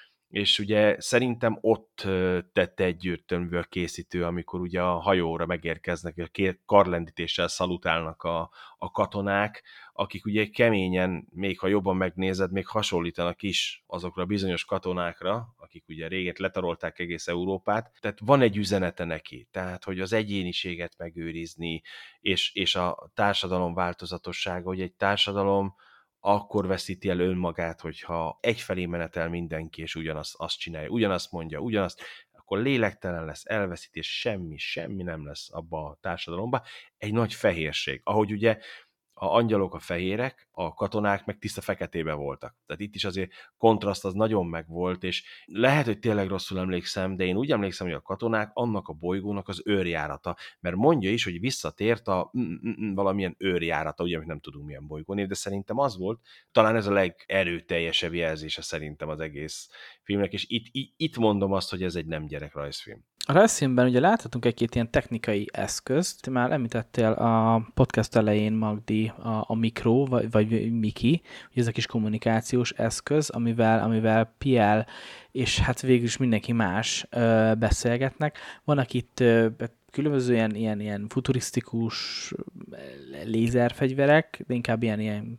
és ugye szerintem ott tette egyértelműen a készítő, amikor ugye a hajóra megérkeznek, a karlendítéssel szalutálnak a katonák, akik ugye keményen, még ha jobban megnézed, még hasonlítanak is azokra a bizonyos katonákra, akik ugye régen letarolták egész Európát. Tehát van egy üzenete neki, tehát hogy az egyéniséget megőrizni, és a társadalom változatossága, hogy egy társadalom akkor veszíti el önmagát, hogyha egyfelé menetel mindenki, és azt csinálja, ugyanazt mondja, ugyanazt, akkor lélektelen lesz, elveszít, és semmi nem lesz abba a társadalomba. Egy nagy fehérség, ahogy ugye a angyalok a fehérek, a katonák meg tiszta feketébe voltak. Tehát itt is azért kontraszt az nagyon megvolt, és lehet, hogy tényleg rosszul emlékszem, de én úgy emlékszem, hogy a katonák annak a bolygónak az őrjárata, mert mondja is, hogy visszatért a valamilyen őrjárata, ugye, amit nem tudunk milyen bolygónév, de szerintem az volt, talán ez a legerőteljesebb jelzése szerintem az egész filmnek, és itt mondom azt, hogy ez egy nem gyerekrajzfilm. A rajzfilmben ugye láthatunk egy-két ilyen technikai eszközt, már említettél a podcast elején, Magdi, a Mikro, vagy Miki, ugye ez a kis kommunikációs eszköz, amivel Piel és hát végül is mindenki más beszélgetnek. Vannak itt különböző ilyen futurisztikus lézerfegyverek, de inkább ilyen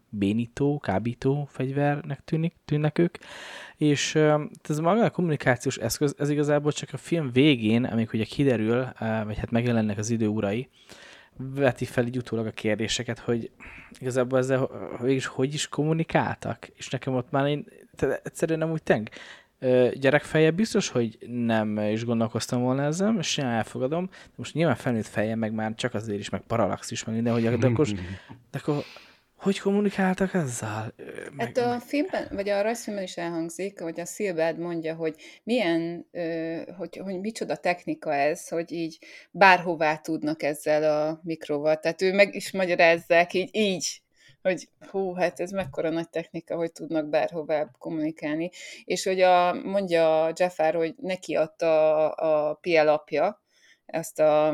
kábító fegyvernek tűnnek ők, és ez maga a kommunikációs eszköz, ez igazából csak a film végén, amikor ugye kiderül, vagy hát megjelennek az Idő urai, veti fel így utólag a kérdéseket, hogy igazából ezzel végülis hogy is kommunikáltak, és nekem ott már egyszerűen nem úgy gyerekfejjel biztos, hogy nem is gondolkoztam volna ezzel, és sem elfogadom, de most nyilván felnőtt fejjel, meg már csak azért is, meg parallax is, meg mindenhogy, de akkor hogy kommunikáltak ezzel? Hát a filmben, vagy a rajzfilmben is elhangzik, hogy a Silbert mondja, hogy milyen, hogy micsoda technika ez, hogy így bárhová tudnak ezzel a mikroval. Tehát ő meg is magyarázzák így, hogy hát ez mekkora nagy technika, hogy tudnak bárhová kommunikálni. És hogy mondja Jafar, hogy neki adta a Piel apja ezt a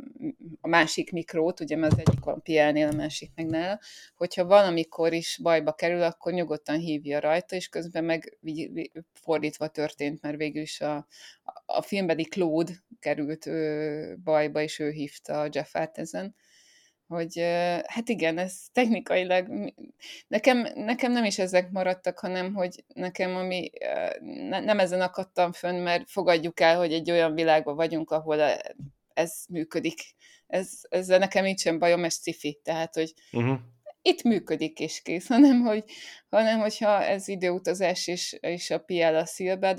másik mikrót, ugye mert az egyik van Pierre-nél, a másik meg nála, hogyha valamikor is bajba kerül, akkor nyugodtan hívja rajta, és közben meg fordítva történt, mert végül is a filmbeli Claude került bajba, és ő hívta Jeff Artesen, hogy hát igen, ez technikailag nekem nem is ezek maradtak, hanem hogy nekem nem ezen akadtam fönn, mert fogadjuk el, hogy egy olyan világban vagyunk, ahol ez működik. Ezzel nekem így sem bajom, ez sci-fi, tehát hogy itt működik és kész, hanem hogyha ez időutazás és a Piel a Szilbád,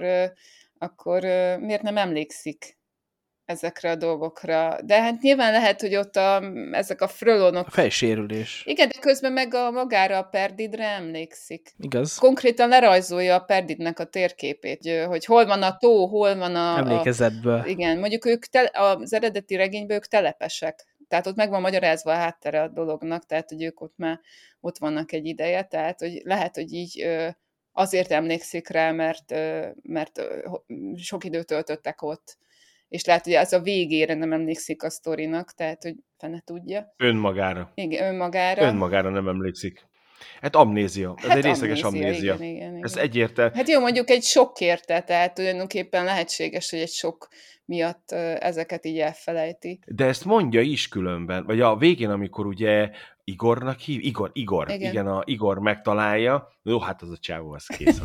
akkor miért nem emlékszik ezekre a dolgokra. De hát nyilván lehet, hogy ott ezek a frölonok... A fejsérülés. Igen, de közben meg magára a Perdidre emlékszik. Igaz. Konkrétan lerajzolja a Perdidnek a térképét, hogy hol van a tó, hol van emlékezetből. Igen, mondjuk ők az eredeti regényből ők telepesek. Tehát ott meg van magyarázva a háttere a dolognak, tehát hogy ők ott vannak egy ideje, tehát hogy lehet, hogy így azért emlékszik rá, mert sok időt töltöttek ott. És lehet, hogy az a végére nem emlékszik a sztorinak, tehát, hogy fene tudja. Önmagára. Igen, önmagára. Önmagára nem emlékszik. Hát amnézia. Ez egy részleges amnézia. Igen. Ez egyértelmű. Hát jó, mondjuk egy sok érte, tehát tulajdonképpen lehetséges, hogy egy sok miatt ezeket így elfelejti. De ezt mondja is különben, vagy a végén, amikor ugye Igornak hív? Igor. Igen, a Igor megtalálja. Jó, hát az a csávó, az kész.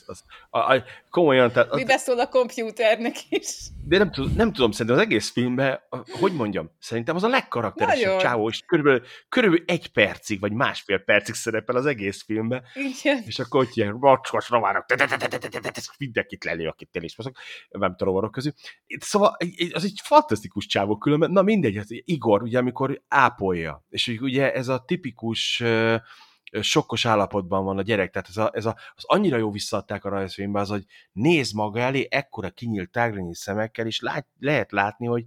Komolyan. Tehát, mi beszól a kompjúternek is? De nem tudom, szerintem az egész filmben, hogy mondjam, szerintem az a legkarakteresebb csávó, és körülbelül 1 percig, vagy másfél percig szerepel az egész filmben. Igen. És akkor ott ilyen racskos rovárok, mindenkit lelő, akit teléspaszok, nem tudom, rovarok közül. Szóval az egy fantasztikus csávó különben. Na mindegy, az Igor, ugye, amikor ápolja, és ugye ez a tipikus sokkos állapotban van a gyerek, tehát az annyira jó visszaadták a rajzfilmbe, az, hogy néz maga elé, ekkora kinyílt tágranyi szemekkel, és lehet látni, hogy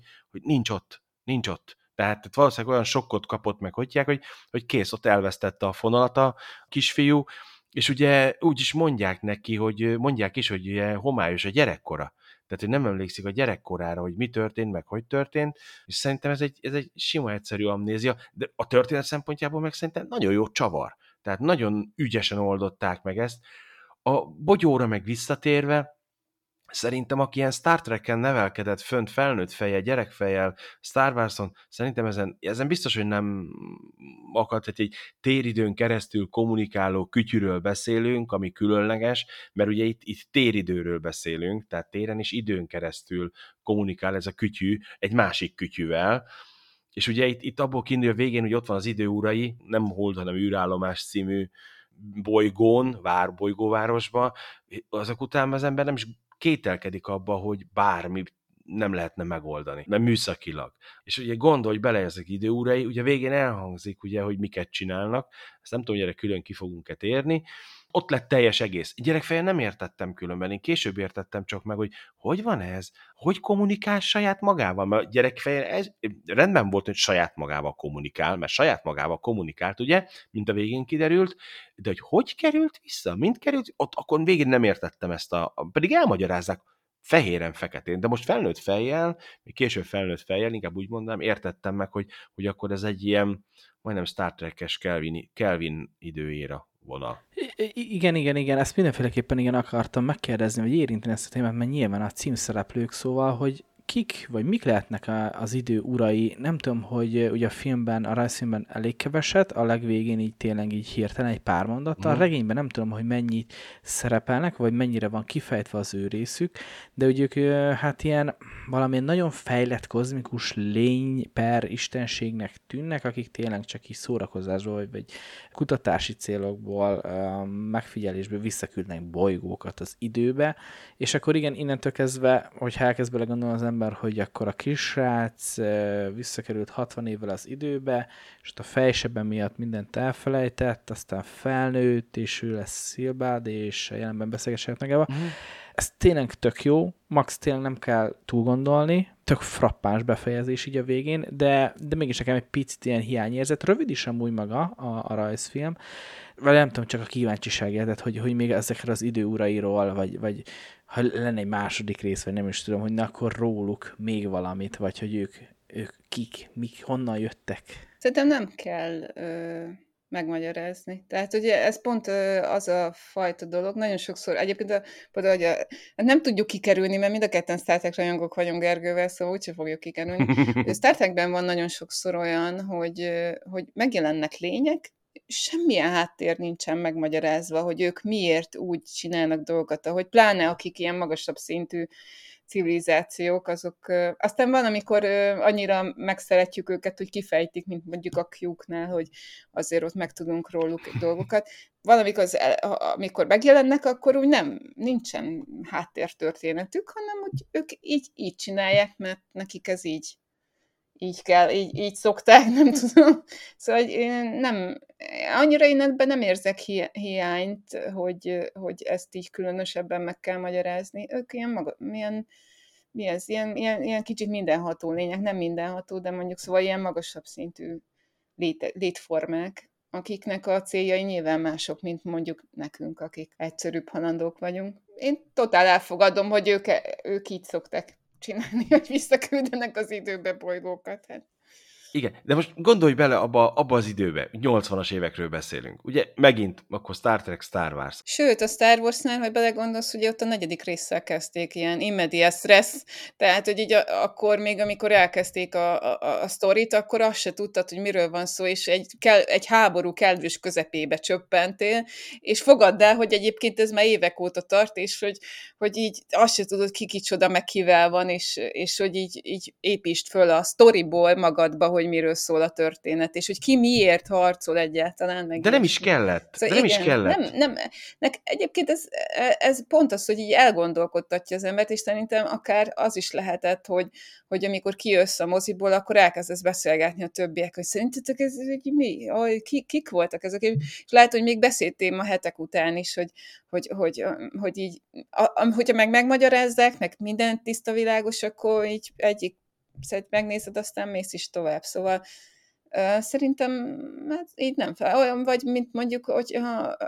nincs ott. Tehát valószínűleg olyan sokkot kapott meg, hogy kész, ott elvesztette a fonalat a kisfiú, és ugye úgy is mondják is, hogy ugye homályos a gyerekkora. Tehát, hogy nem emlékszik a gyerekkorára, hogy mi történt, meg hogy történt, és szerintem ez egy sima, egyszerű amnézia, de a történet szempontjából meg szerintem nagyon jó csavar. Tehát nagyon ügyesen oldották meg ezt. A bogyóra meg visszatérve, szerintem aki ilyen Star Trek-en nevelkedett fönt felnőtt fejjel, gyerekfejjel, Star Wars-on, szerintem ezen biztos, hogy nem akart, hogy egy téridőn keresztül kommunikáló kütyűről beszélünk, ami különleges, mert ugye itt téridőről beszélünk, tehát téren és időn keresztül kommunikál ez a kütyű egy másik kütyűvel, és ugye itt abból kiindul a végén, hogy ott van az Időurai, nem Hold, hanem űrállomás című bolygón, bolygóvárosba, azok után az ember nem is kételkedik abba, hogy bármi nem lehetne megoldani, mert műszakilag. És ugye gondolj bele ezek Időurai, ugye végén elhangzik, ugye, hogy miket csinálnak, ezt nem tudom, hogy erre külön ki fogunk-e térni, ott lett teljes egész. Gyerekfejen nem értettem különben, én később értettem csak meg, hogy van ez? Hogy kommunikál saját magával? Mert gyerekfejen rendben volt, hogy saját magával kommunikál, mert saját magával kommunikált, ugye, mint a végén kiderült, de hogy került vissza? Mint került? Ott akkor végén nem értettem ezt pedig elmagyarázzák fehéren-feketén, de most felnőtt fejjel, még később felnőtt fejjel, inkább úgy mondanám, értettem meg, hogy akkor ez egy ilyen majdnem Star Trek-es Kelvin időéra vonal. Igen, ezt mindenféleképpen igen akartam megkérdezni, vagy érinteni ezt a témát, mert nyilván a címszereplők, szóval, hogy kik, vagy mik lehetnek az idő urai, nem tudom, hogy ugye a filmben, a rajzfilmben elég keveset, a legvégén így tényleg így hirtelen egy pár mondattal, a regényben nem tudom, hogy mennyit szerepelnek, vagy mennyire van kifejtve az ő részük, de ugye ők hát ilyen valamilyen nagyon fejlett kozmikus lény per istenségnek tűnnek, akik tényleg csak így szórakozásból, vagy kutatási célokból, megfigyelésből visszaküldnek bolygókat az időbe, és akkor igen, innentől kezdve, hogyha elkezd bele gondolni az ember, hogy akkor a kisrác visszakerült 60 évvel az időbe, és a fejsebben miatt mindent elfelejtett, aztán felnőtt, és ő lesz Szilbád, és jelenben beszélgessenek magával. ez tényleg tök jó, max tényleg nem kell túl gondolni, tök frappáns befejezés így a végén, de mégis nekem egy picit ilyen hiányérzet. Rövid is amúgy maga a rajzfilm, vagy nem tudom, csak a kíváncsiság érzet, hogy még ezekre az időurairól, vagy ha lenne egy második rész, vagy nem is tudom, hogy akkor róluk még valamit, vagy hogy ők kik, honnan jöttek. Szerintem nem kell megmagyarázni. Tehát ugye ez pont az a fajta dolog, nagyon sokszor, egyébként például, nem tudjuk kikerülni, mert mind a ketten Star Trek rajongók vagyunk Gergővel, szóval úgyse fogjuk kikerülni. Star Trekben van nagyon sokszor olyan, hogy megjelennek lények, semmilyen háttér nincsen megmagyarázva, hogy ők miért úgy csinálnak dolgokat, ahogy pláne akik ilyen magasabb szintű civilizációk, azok... Aztán van, amikor annyira megszeretjük őket, hogy kifejtik, mint mondjuk a Q-knál, hogy azért ott megtudunk róluk dolgokat. Valamikor, amikor megjelennek, akkor úgy nincsen háttértörténetük, hanem hogy ők így csinálják, mert nekik ez így kell, így szokták, nem tudom. Szóval annyira én ebben nem érzek hiányt, hogy ezt így különösebben meg kell magyarázni. Ők ilyen kicsit mindenható lények, nem mindenható, de mondjuk szóval ilyen magasabb szintű létformák, akiknek a céljai nyilván mások, mint mondjuk nekünk, akik egyszerűbb halandók vagyunk. Én totál elfogadom, hogy ők így szokták csinálni, hogy visszaküldenek az időbe bolygókat. Hát. Igen, de most gondolj bele abba az időbe, 80-as évekről beszélünk. Ugye megint akkor Star Trek, Star Wars. Sőt, a Star Warsnál, hogy belegondolsz, ugye ott a 4. résszel kezdték ilyen immediate stress, tehát, hogy így akkor még, amikor elkezdték a sztorit, akkor azt se tudtad, hogy miről van szó, és egy háború kelvős közepébe csöppentél, és fogadd el, hogy egyébként ez már évek óta tart, és hogy így azt se tudod, ki kicsoda, meg kivel van, és hogy így építsd föl a sztoriból magadba, hogy miről szól a történet, és hogy ki miért harcol egyáltalán. Meg de nem is kellett. Szóval nem is kellett. Egyébként ez pont az, hogy így elgondolkodtatja az embert, és szerintem akár az is lehetett, hogy amikor kijössz a moziból, akkor elkezdesz beszélgetni a többiek, hogy szerintetek ez mi? Kik voltak ezek? És lehet, hogy még beszéltél a hetek után is, hogy így, hogyha megmagyarázzák, meg minden tiszta világos, akkor így egyik megnézed, aztán mész is tovább. Szóval szerintem hát így nem fel. Olyan vagy, mint mondjuk, hogy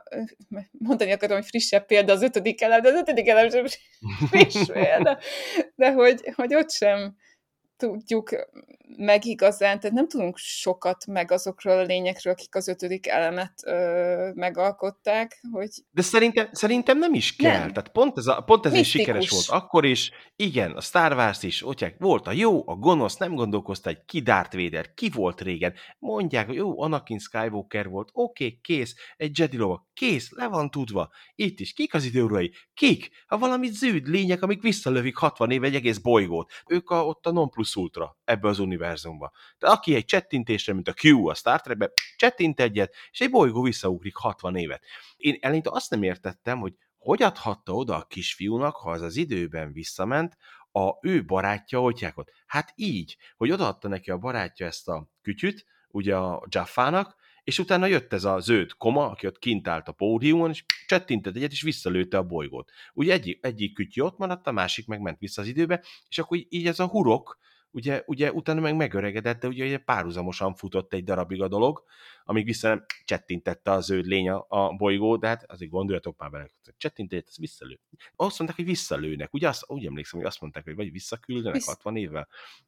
mondani akarom, hogy frissebb példa az 5. elem, de az 5. elem sem friss példa, de hogy ott sem tudjuk meg igazán, tehát nem tudunk sokat meg azokról a lényekről, akik az 5. elemet megalkották, hogy... De szerintem nem is kell. Nem. Tehát pont ez is sikeres volt. Akkor is, igen, a Star Wars is, volt a jó, a gonosz, nem gondolkozta, hogy ki Darth Vader, ki volt régen. Mondják, hogy jó, Anakin Skywalker volt, oké, kész, egy Jedi lovag, kész, le van tudva. Itt is, kik az időurai? Kik? Ha valami zűd lények, amik visszalövik 60 éve egy egész bolygót. Ők ott a non plus ultra ebbe az univerzumba. De aki egy csettintésre, mint a Q a Star Trekbe, csettint egyet, és egy bolygó visszaugrik 60 évet. Én eleinte azt nem értettem, hogy adhatta oda a kisfiúnak, ha az időben visszament, ő barátja Otyákot. Hát így, hogy odaadta neki a barátja ezt a kütyüt, ugye a Jaffának, és utána jött ez a zöld koma, aki ott kint állt a pódiumon, és csettintett egyet, és visszalőtte a bolygót. Ugye egyik kütyű ott maradt, a másik meg ment vissza az időbe, és akkor így ez a hurok, ugye utána meg megöregedett, de ugye párhuzamosan futott egy darabig a dolog, amíg vissza nem csettintette a zöld lény a bolygót, de hát azért gondoljatok már bele, csettintett, ez visszalő. Azt mondták, hogy visszalőnek, ugye úgy emlékszem, hogy azt mondták, hogy vagy visszaküldenek 60 évvel.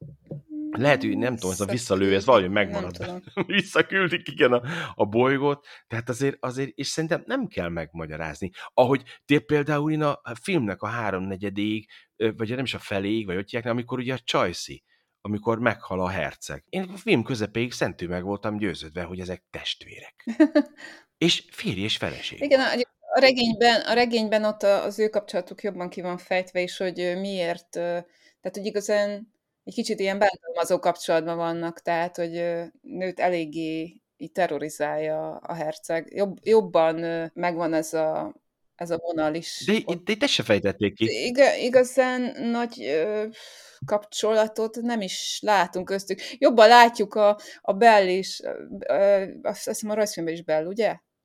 Lehet, hogy nem tudom, ez a visszalő, ez valahogy megmarad. Visszaküldik, igen, a bolygót. Tehát azért, és szerintem nem kell megmagyarázni. Ahogy például én a filmnek a 3/4-ig, vagy nem is a feléig, vagy ott amikor ugye a Csajci, amikor meghal a herceg. Én a film közepéig szentül meg voltam győződve, hogy ezek testvérek. És férj és feleség. Igen, a regényben ott az ő kapcsolatuk jobban ki van fejtve, és hogy miért, tehát hogy igazán egy kicsit ilyen bántalmazó kapcsolatban vannak, tehát hogy nőt eléggé így terrorizálja a herceg. Jobban megvan ez a vonal is. De itt ezt se fejtették ki. Igazán nagy kapcsolatot nem is látunk köztük. Jobban látjuk a Bell is, azt hiszem a rajzfilmben is Bell, ugye?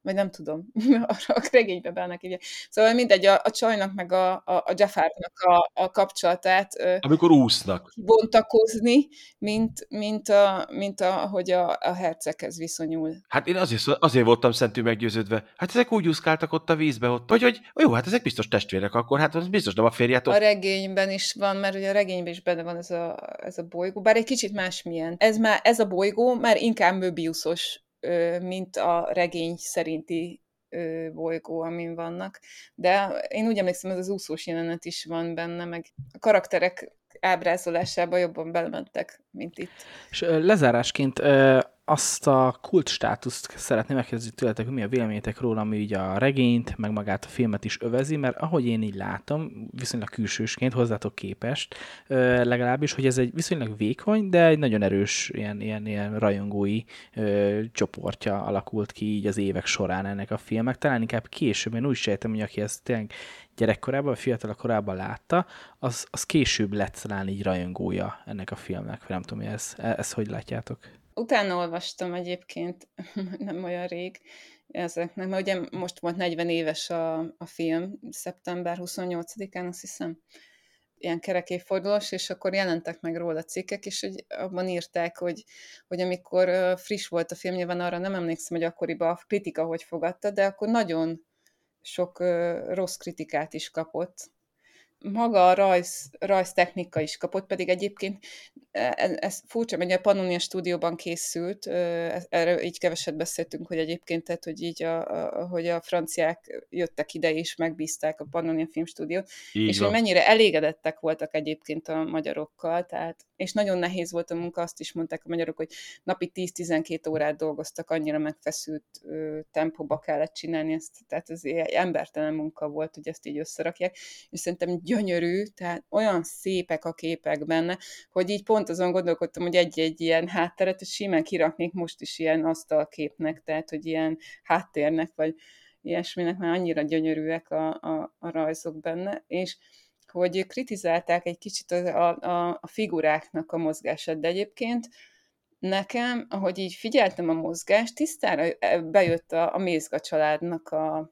vagy nem tudom, a regényben bánnak így. Szóval mindegy, a csajnak meg a Jafarnak a kapcsolatát Amikor úsznak. bontakozni, mint ahogy a herceghez viszonyul. Hát én azért voltam szentül meggyőződve. Hát ezek úgy úszkáltak ott a vízbe ott, vagy hogy jó, hát ezek biztos testvérek akkor, hát az biztos nem a férjától. A regényben is van, mert ugye a regényben is benne van ez a bolygó, bár egy kicsit másmilyen. Ez a bolygó már inkább Möbiusos, mint a regény szerinti bolygó, amin vannak. De én úgy emlékszem, ez az úszós jelenet is van benne, meg a karakterek ábrázolásába jobban belementek, mint itt. És lezárásként azt a kult státuszt szeretném megkérdezni tőletek, hogy mi a véleményetek róla, ami így a regényt, meg magát a filmet is övezi, mert ahogy én így látom, viszonylag külsősként hozzátok képest, legalábbis, hogy ez egy viszonylag vékony, de egy nagyon erős ilyen rajongói csoportja alakult ki így az évek során ennek a filmek. Talán inkább később, én úgy sejtem, hogy aki ezt tényleg gyerekkorában, fiatal korában látta, az később lett talán így rajongója ennek a filmnek. Nem tudom, hogy ezt hogy látjátok? Utána olvastam egyébként, nem olyan rég ezeknek, mert ugye most volt 40 éves a film, szeptember 28-án, azt hiszem, ilyen kerek évfordulós, és akkor jelentek meg róla cikkek, és hogy abban írták, hogy amikor friss volt a film, nyilván arra nem emlékszem, hogy akkoriban a kritika hogy fogadta, de akkor nagyon sok rossz kritikát is kapott. Maga a rajztechnika is kapott, pedig egyébként ez furcsa, mert a Pannonia stúdióban készült, erről így keveset beszéltünk, hogy egyébként, tehát, hogy így hogy a franciák jöttek ide és megbízták a Pannonia filmstúdiót, és hogy mennyire elégedettek voltak egyébként a magyarokkal, tehát, és nagyon nehéz volt a munka, azt is mondták a magyarok, hogy napi 10-12 órát dolgoztak, annyira megfeszült tempóba kellett csinálni ezt, tehát ez egy embertelen munka volt, hogy ezt így összerakják, és szerintem gyönyörű, tehát olyan szépek a képek benne, hogy így pont azon gondolkodtam, hogy egy-egy ilyen hátteret, és simán kiraknék most is ilyen asztalképnek, tehát hogy ilyen háttérnek, vagy ilyesminek, már annyira gyönyörűek a rajzok benne, és hogy kritizálták egy kicsit a figuráknak a mozgását, de egyébként nekem, ahogy így figyeltem a mozgást, tisztára bejött a Mézga családnak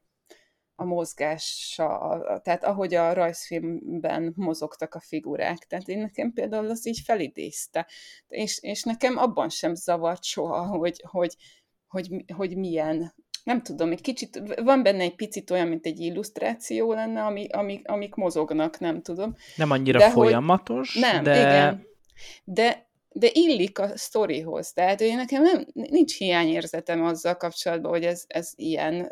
a mozgása, tehát ahogy a rajzfilmben mozogtak a figurák. Tehát én nekem például az így felidézte. És nekem abban sem zavart soha, hogy milyen. Nem tudom, egy kicsit, van benne egy picit olyan, mint egy illusztráció lenne, amik mozognak, nem tudom. Nem annyira folyamatos, nem, de... igen. De illik a sztorihoz. Tehát hogy nekem nincs hiányérzetem azzal kapcsolatban, hogy ez ilyen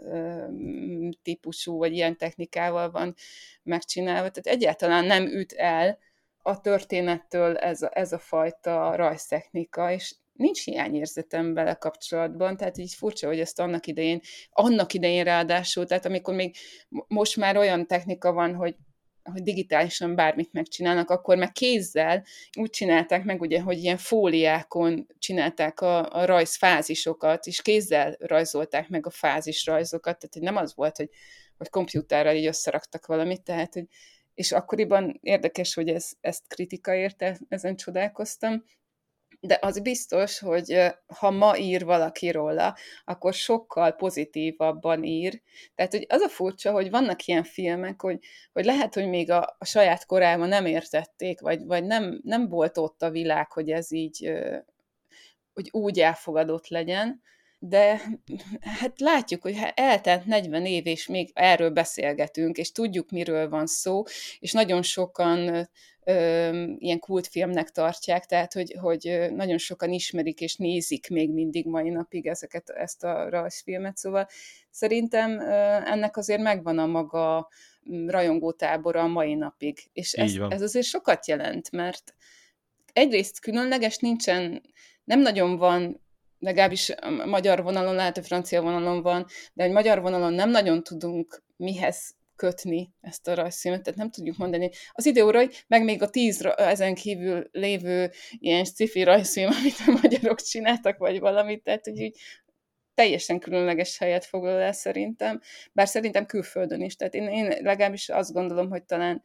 típusú, vagy ilyen technikával van megcsinálva. Tehát egyáltalán nem üt el a történettől ez a fajta rajztechnika, és nincs hiányérzetem vele kapcsolatban, tehát így furcsa, hogy ezt annak idején ráadásul, tehát amikor még most már olyan technika van, hogy digitálisan bármit megcsinálnak, akkor meg kézzel úgy csinálták meg, ugye, hogy ilyen fóliákon csinálták a rajzfázisokat, és kézzel rajzolták meg a fázisrajzokat, tehát hogy nem az volt, hogy kompjúterrel így összeraktak valamit, tehát, hogy, és akkoriban érdekes, hogy ezt kritika érte, ezen csodálkoztam, de az biztos, hogy ha ma ír valaki róla, akkor sokkal pozitívabban ír. Tehát, hogy az a furcsa, hogy vannak ilyen filmek, hogy lehet, hogy még a saját korában nem értették, vagy nem volt ott a világ, hogy ez így, hogy úgy elfogadott legyen, de hát látjuk, hogy eltelt 40 év, és még erről beszélgetünk, és tudjuk, miről van szó, és nagyon sokan ilyen kultfilmnek tartják, tehát, hogy nagyon sokan ismerik és nézik még mindig mai napig ezt a rajzfilmet, szóval szerintem ennek azért megvan a maga rajongótábora a mai napig, és ez azért sokat jelent, mert egyrészt különleges nem nagyon van, legalábbis a magyar vonalon, lehet, hogy francia vonalon van, de egy magyar vonalon nem nagyon tudunk mihez kötni ezt a rajzfilmet, tehát nem tudjuk mondani. Az Ideóra, meg még a 10 ezen kívül lévő ilyen sci-fi rajzfilm, amit a magyarok csináltak, vagy valamit, tehát hogy így teljesen különleges helyet foglal el szerintem, bár szerintem külföldön is. Tehát én legalábbis azt gondolom, hogy talán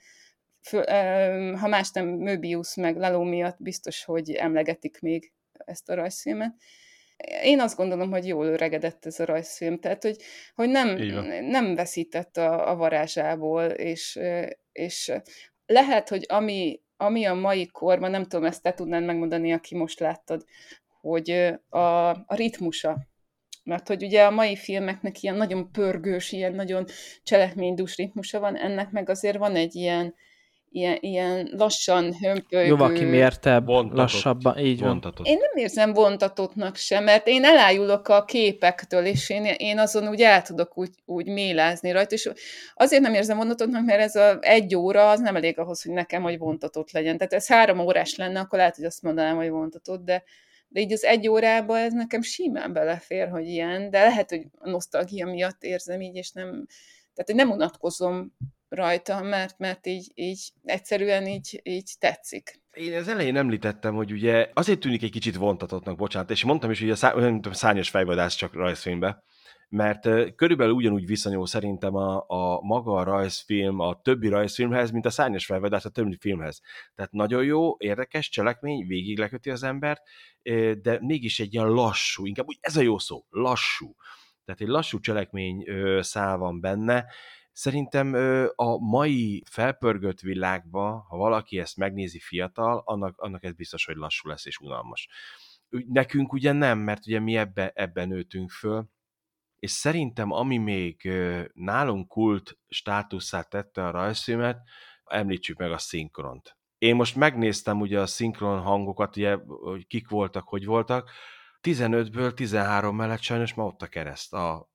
ha más nem Möbius meg Leló miatt biztos, hogy emlegetik még ezt a rajzfilmet. én azt gondolom, hogy jól öregedett ez a rajzfilm, tehát hogy nem veszített a varázsából, és lehet, hogy ami a mai korban, nem tudom, ezt te tudnád megmondani, aki most láttad, hogy a ritmusa. Mert hogy ugye a mai filmeknek ilyen nagyon pörgős, ilyen nagyon cselekménydús ritmusa van, ennek meg azért van egy ilyen lassan hömpölygő... Jóval kimértebb, vontatott, lassabban, így van. vontatott. Én nem érzem vontatottnak sem, mert én elájulok a képektől, és én azon úgy el tudok úgy mélázni rajta, és azért nem érzem vontatottnak, mert ez a 1 óra az nem elég ahhoz, hogy nekem, hogy vontatott legyen. Tehát ez 3 órás lenne, akkor lehet, hogy azt mondanám, hogy vontatott, de így az 1 órában ez nekem simán belefér, hogy ilyen, de lehet, hogy a nosztalgia miatt érzem így, és nem, tehát hogy nem unatkozom rajta, mert így egyszerűen így tetszik. Én az elején említettem, hogy ugye azért tűnik egy kicsit vontatottnak, bocsánat, és mondtam is, hogy a Szárnyas fejvadász csak rajzfilmbe, mert körülbelül ugyanúgy viszonyul szerintem a maga a rajzfilm a többi rajzfilmhez, mint a Szárnyas fejvadász a többi filmhez. Tehát nagyon jó, érdekes cselekmény, végig leköti az embert, de mégis egy ilyen lassú, inkább úgy ez a jó szó, lassú. Tehát egy lassú cselekmény szál van benne. Szerintem a mai felpörgött világban, ha valaki ezt megnézi fiatal, annak ez biztos, hogy lassú lesz és unalmas. Nekünk ugye nem, mert ugye mi ebben nőttünk föl, és szerintem ami még nálunk kult státusszát tette a rajzfilmet, említsük meg a szinkront. Én most megnéztem ugye a szinkron hangokat, ugye, hogy kik voltak, hogy voltak. 15-ből 13 mellett sajnos ma ott a kereszt a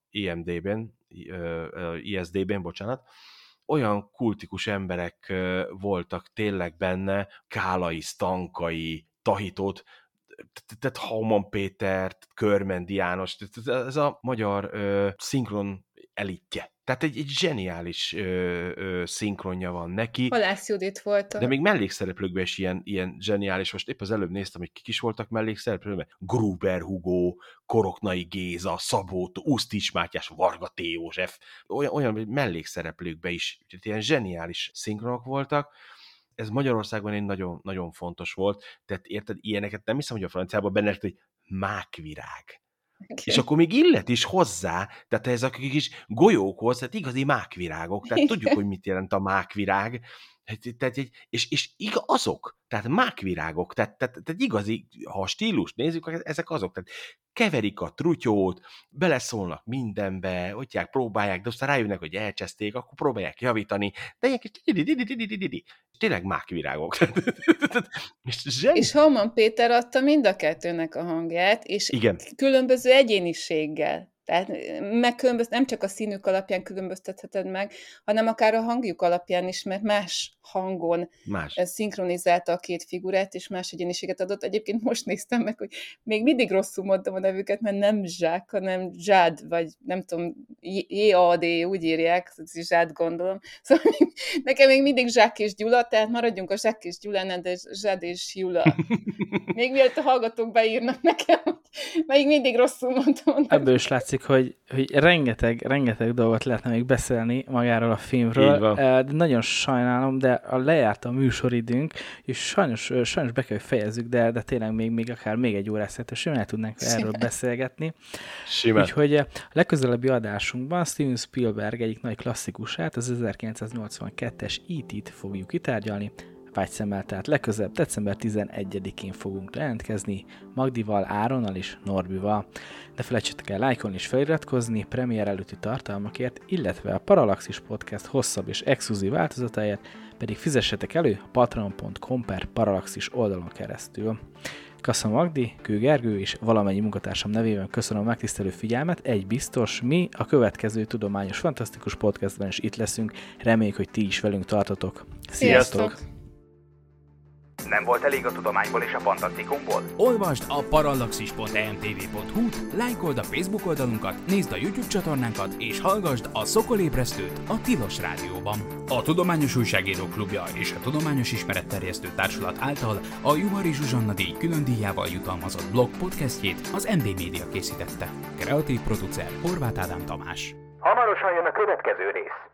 ISDB-n, bocsánat. Olyan kultikus emberek voltak tényleg benne, Kálai, Stankai, Tahitót, tehát Hauman Péter, Körmendi János, ez a magyar szinkron elitje. Tehát egy zseniális szinkronja van neki. Halász Judit volt. De még mellékszereplőkben is ilyen zseniális. Most épp az előbb néztem, hogy kik is voltak mellékszereplőkben. Gruber Hugo, Koroknai Géza, Szabó, Usztics Mátyás, Varga T. József. Olyan mellékszereplőkben is ilyen zseniális szinkronok voltak. Ez Magyarországon egy nagyon, nagyon fontos volt. Tehát érted, ilyeneket nem hiszem, hogy a franciában benne, hogy mákvirág. Okay. És akkor még illet is hozzá, tehát ez a kis golyókhoz, tehát igazi mákvirágok, tehát tudjuk, hogy mit jelent a mákvirág, és azok, tehát mákvirágok, tehát igazi, ha a stílust nézzük, ezek azok, tehát keverik a trutyót, beleszólnak mindenbe, hogyják, próbálják, de aztán rájönnek, hogy elcseszték, akkor próbálják javítani, de ilyen kis tényleg mákvirágok. És Hauman Péter adta mind a kettőnek a hangját, és igen. Különböző egyéniséggel. Tehát nem csak a színük alapján különböztetheted meg, hanem akár a hangjuk alapján is, mert más hangon szinkronizálta a két figurát, és más egyéniséget adott. Egyébként most néztem meg, hogy még mindig rosszul mondtam a nevüket, mert nem Zsák, hanem Zsád, vagy nem tudom, J-A-D, úgy írják, Zsád gondolom. Szóval nekem még mindig Zsák és Gyula, tehát maradjunk a Zsák és Gyulánál, de Zsád és Jula. Még mielőtt a hallgatók beírnak nekem, még mindig rosszul mondtam. Ebből is látszik, hogy rengeteg dolgot lehetne még beszélni magáról a filmről, de nagyon sajnálom, de lejárt a műsoridőnk, és sajnos be kell, hogy fejezzük, de tényleg még akár még 1 órát szerintem simán el tudnánk erről beszélgetni. Simán. Úgyhogy a legközelebbi adásunkban Steven Spielberg egyik nagy klasszikusát, az 1982-es E.T.-t fogjuk kitárgyalni, Vágyszemmel, tehát legközelebb december 11-én fogunk jelentkezni Magdival, Áronnal és Norbival. Ne felejtsetek el lájkolni és feliratkozni premier előtti tartalmakért, illetve a Parallaxis Podcast hosszabb és exkluzív változatáért pedig fizessetek elő a patreon.com/parallaxis oldalon keresztül. Köszönöm Magdi, Kő Gergő és valamennyi munkatársam nevében köszönöm a megtisztelő figyelmet. Egy biztos, mi a következő tudományos fantasztikus podcastben is itt leszünk. Reméljük, hogy ti is velünk tartotok. Sziasztok! Nem volt elég a tudományból és a fantasztikumból? Olvasd a parallaxis.emtv.hu, lájkold a Facebook oldalunkat, nézd a YouTube csatornánkat, és hallgasd a Szokolébresztőt a Tilos Rádióban. A Tudományos Újságírók Klubja és a Tudományos Ismeretterjesztő Társulat által a Juhari Zsuzsanna díj külön díjával jutalmazott blog podcastjét az MD Media készítette. Kreatív producer Horváth Ádám Tamás. Hamarosan jön a következő rész.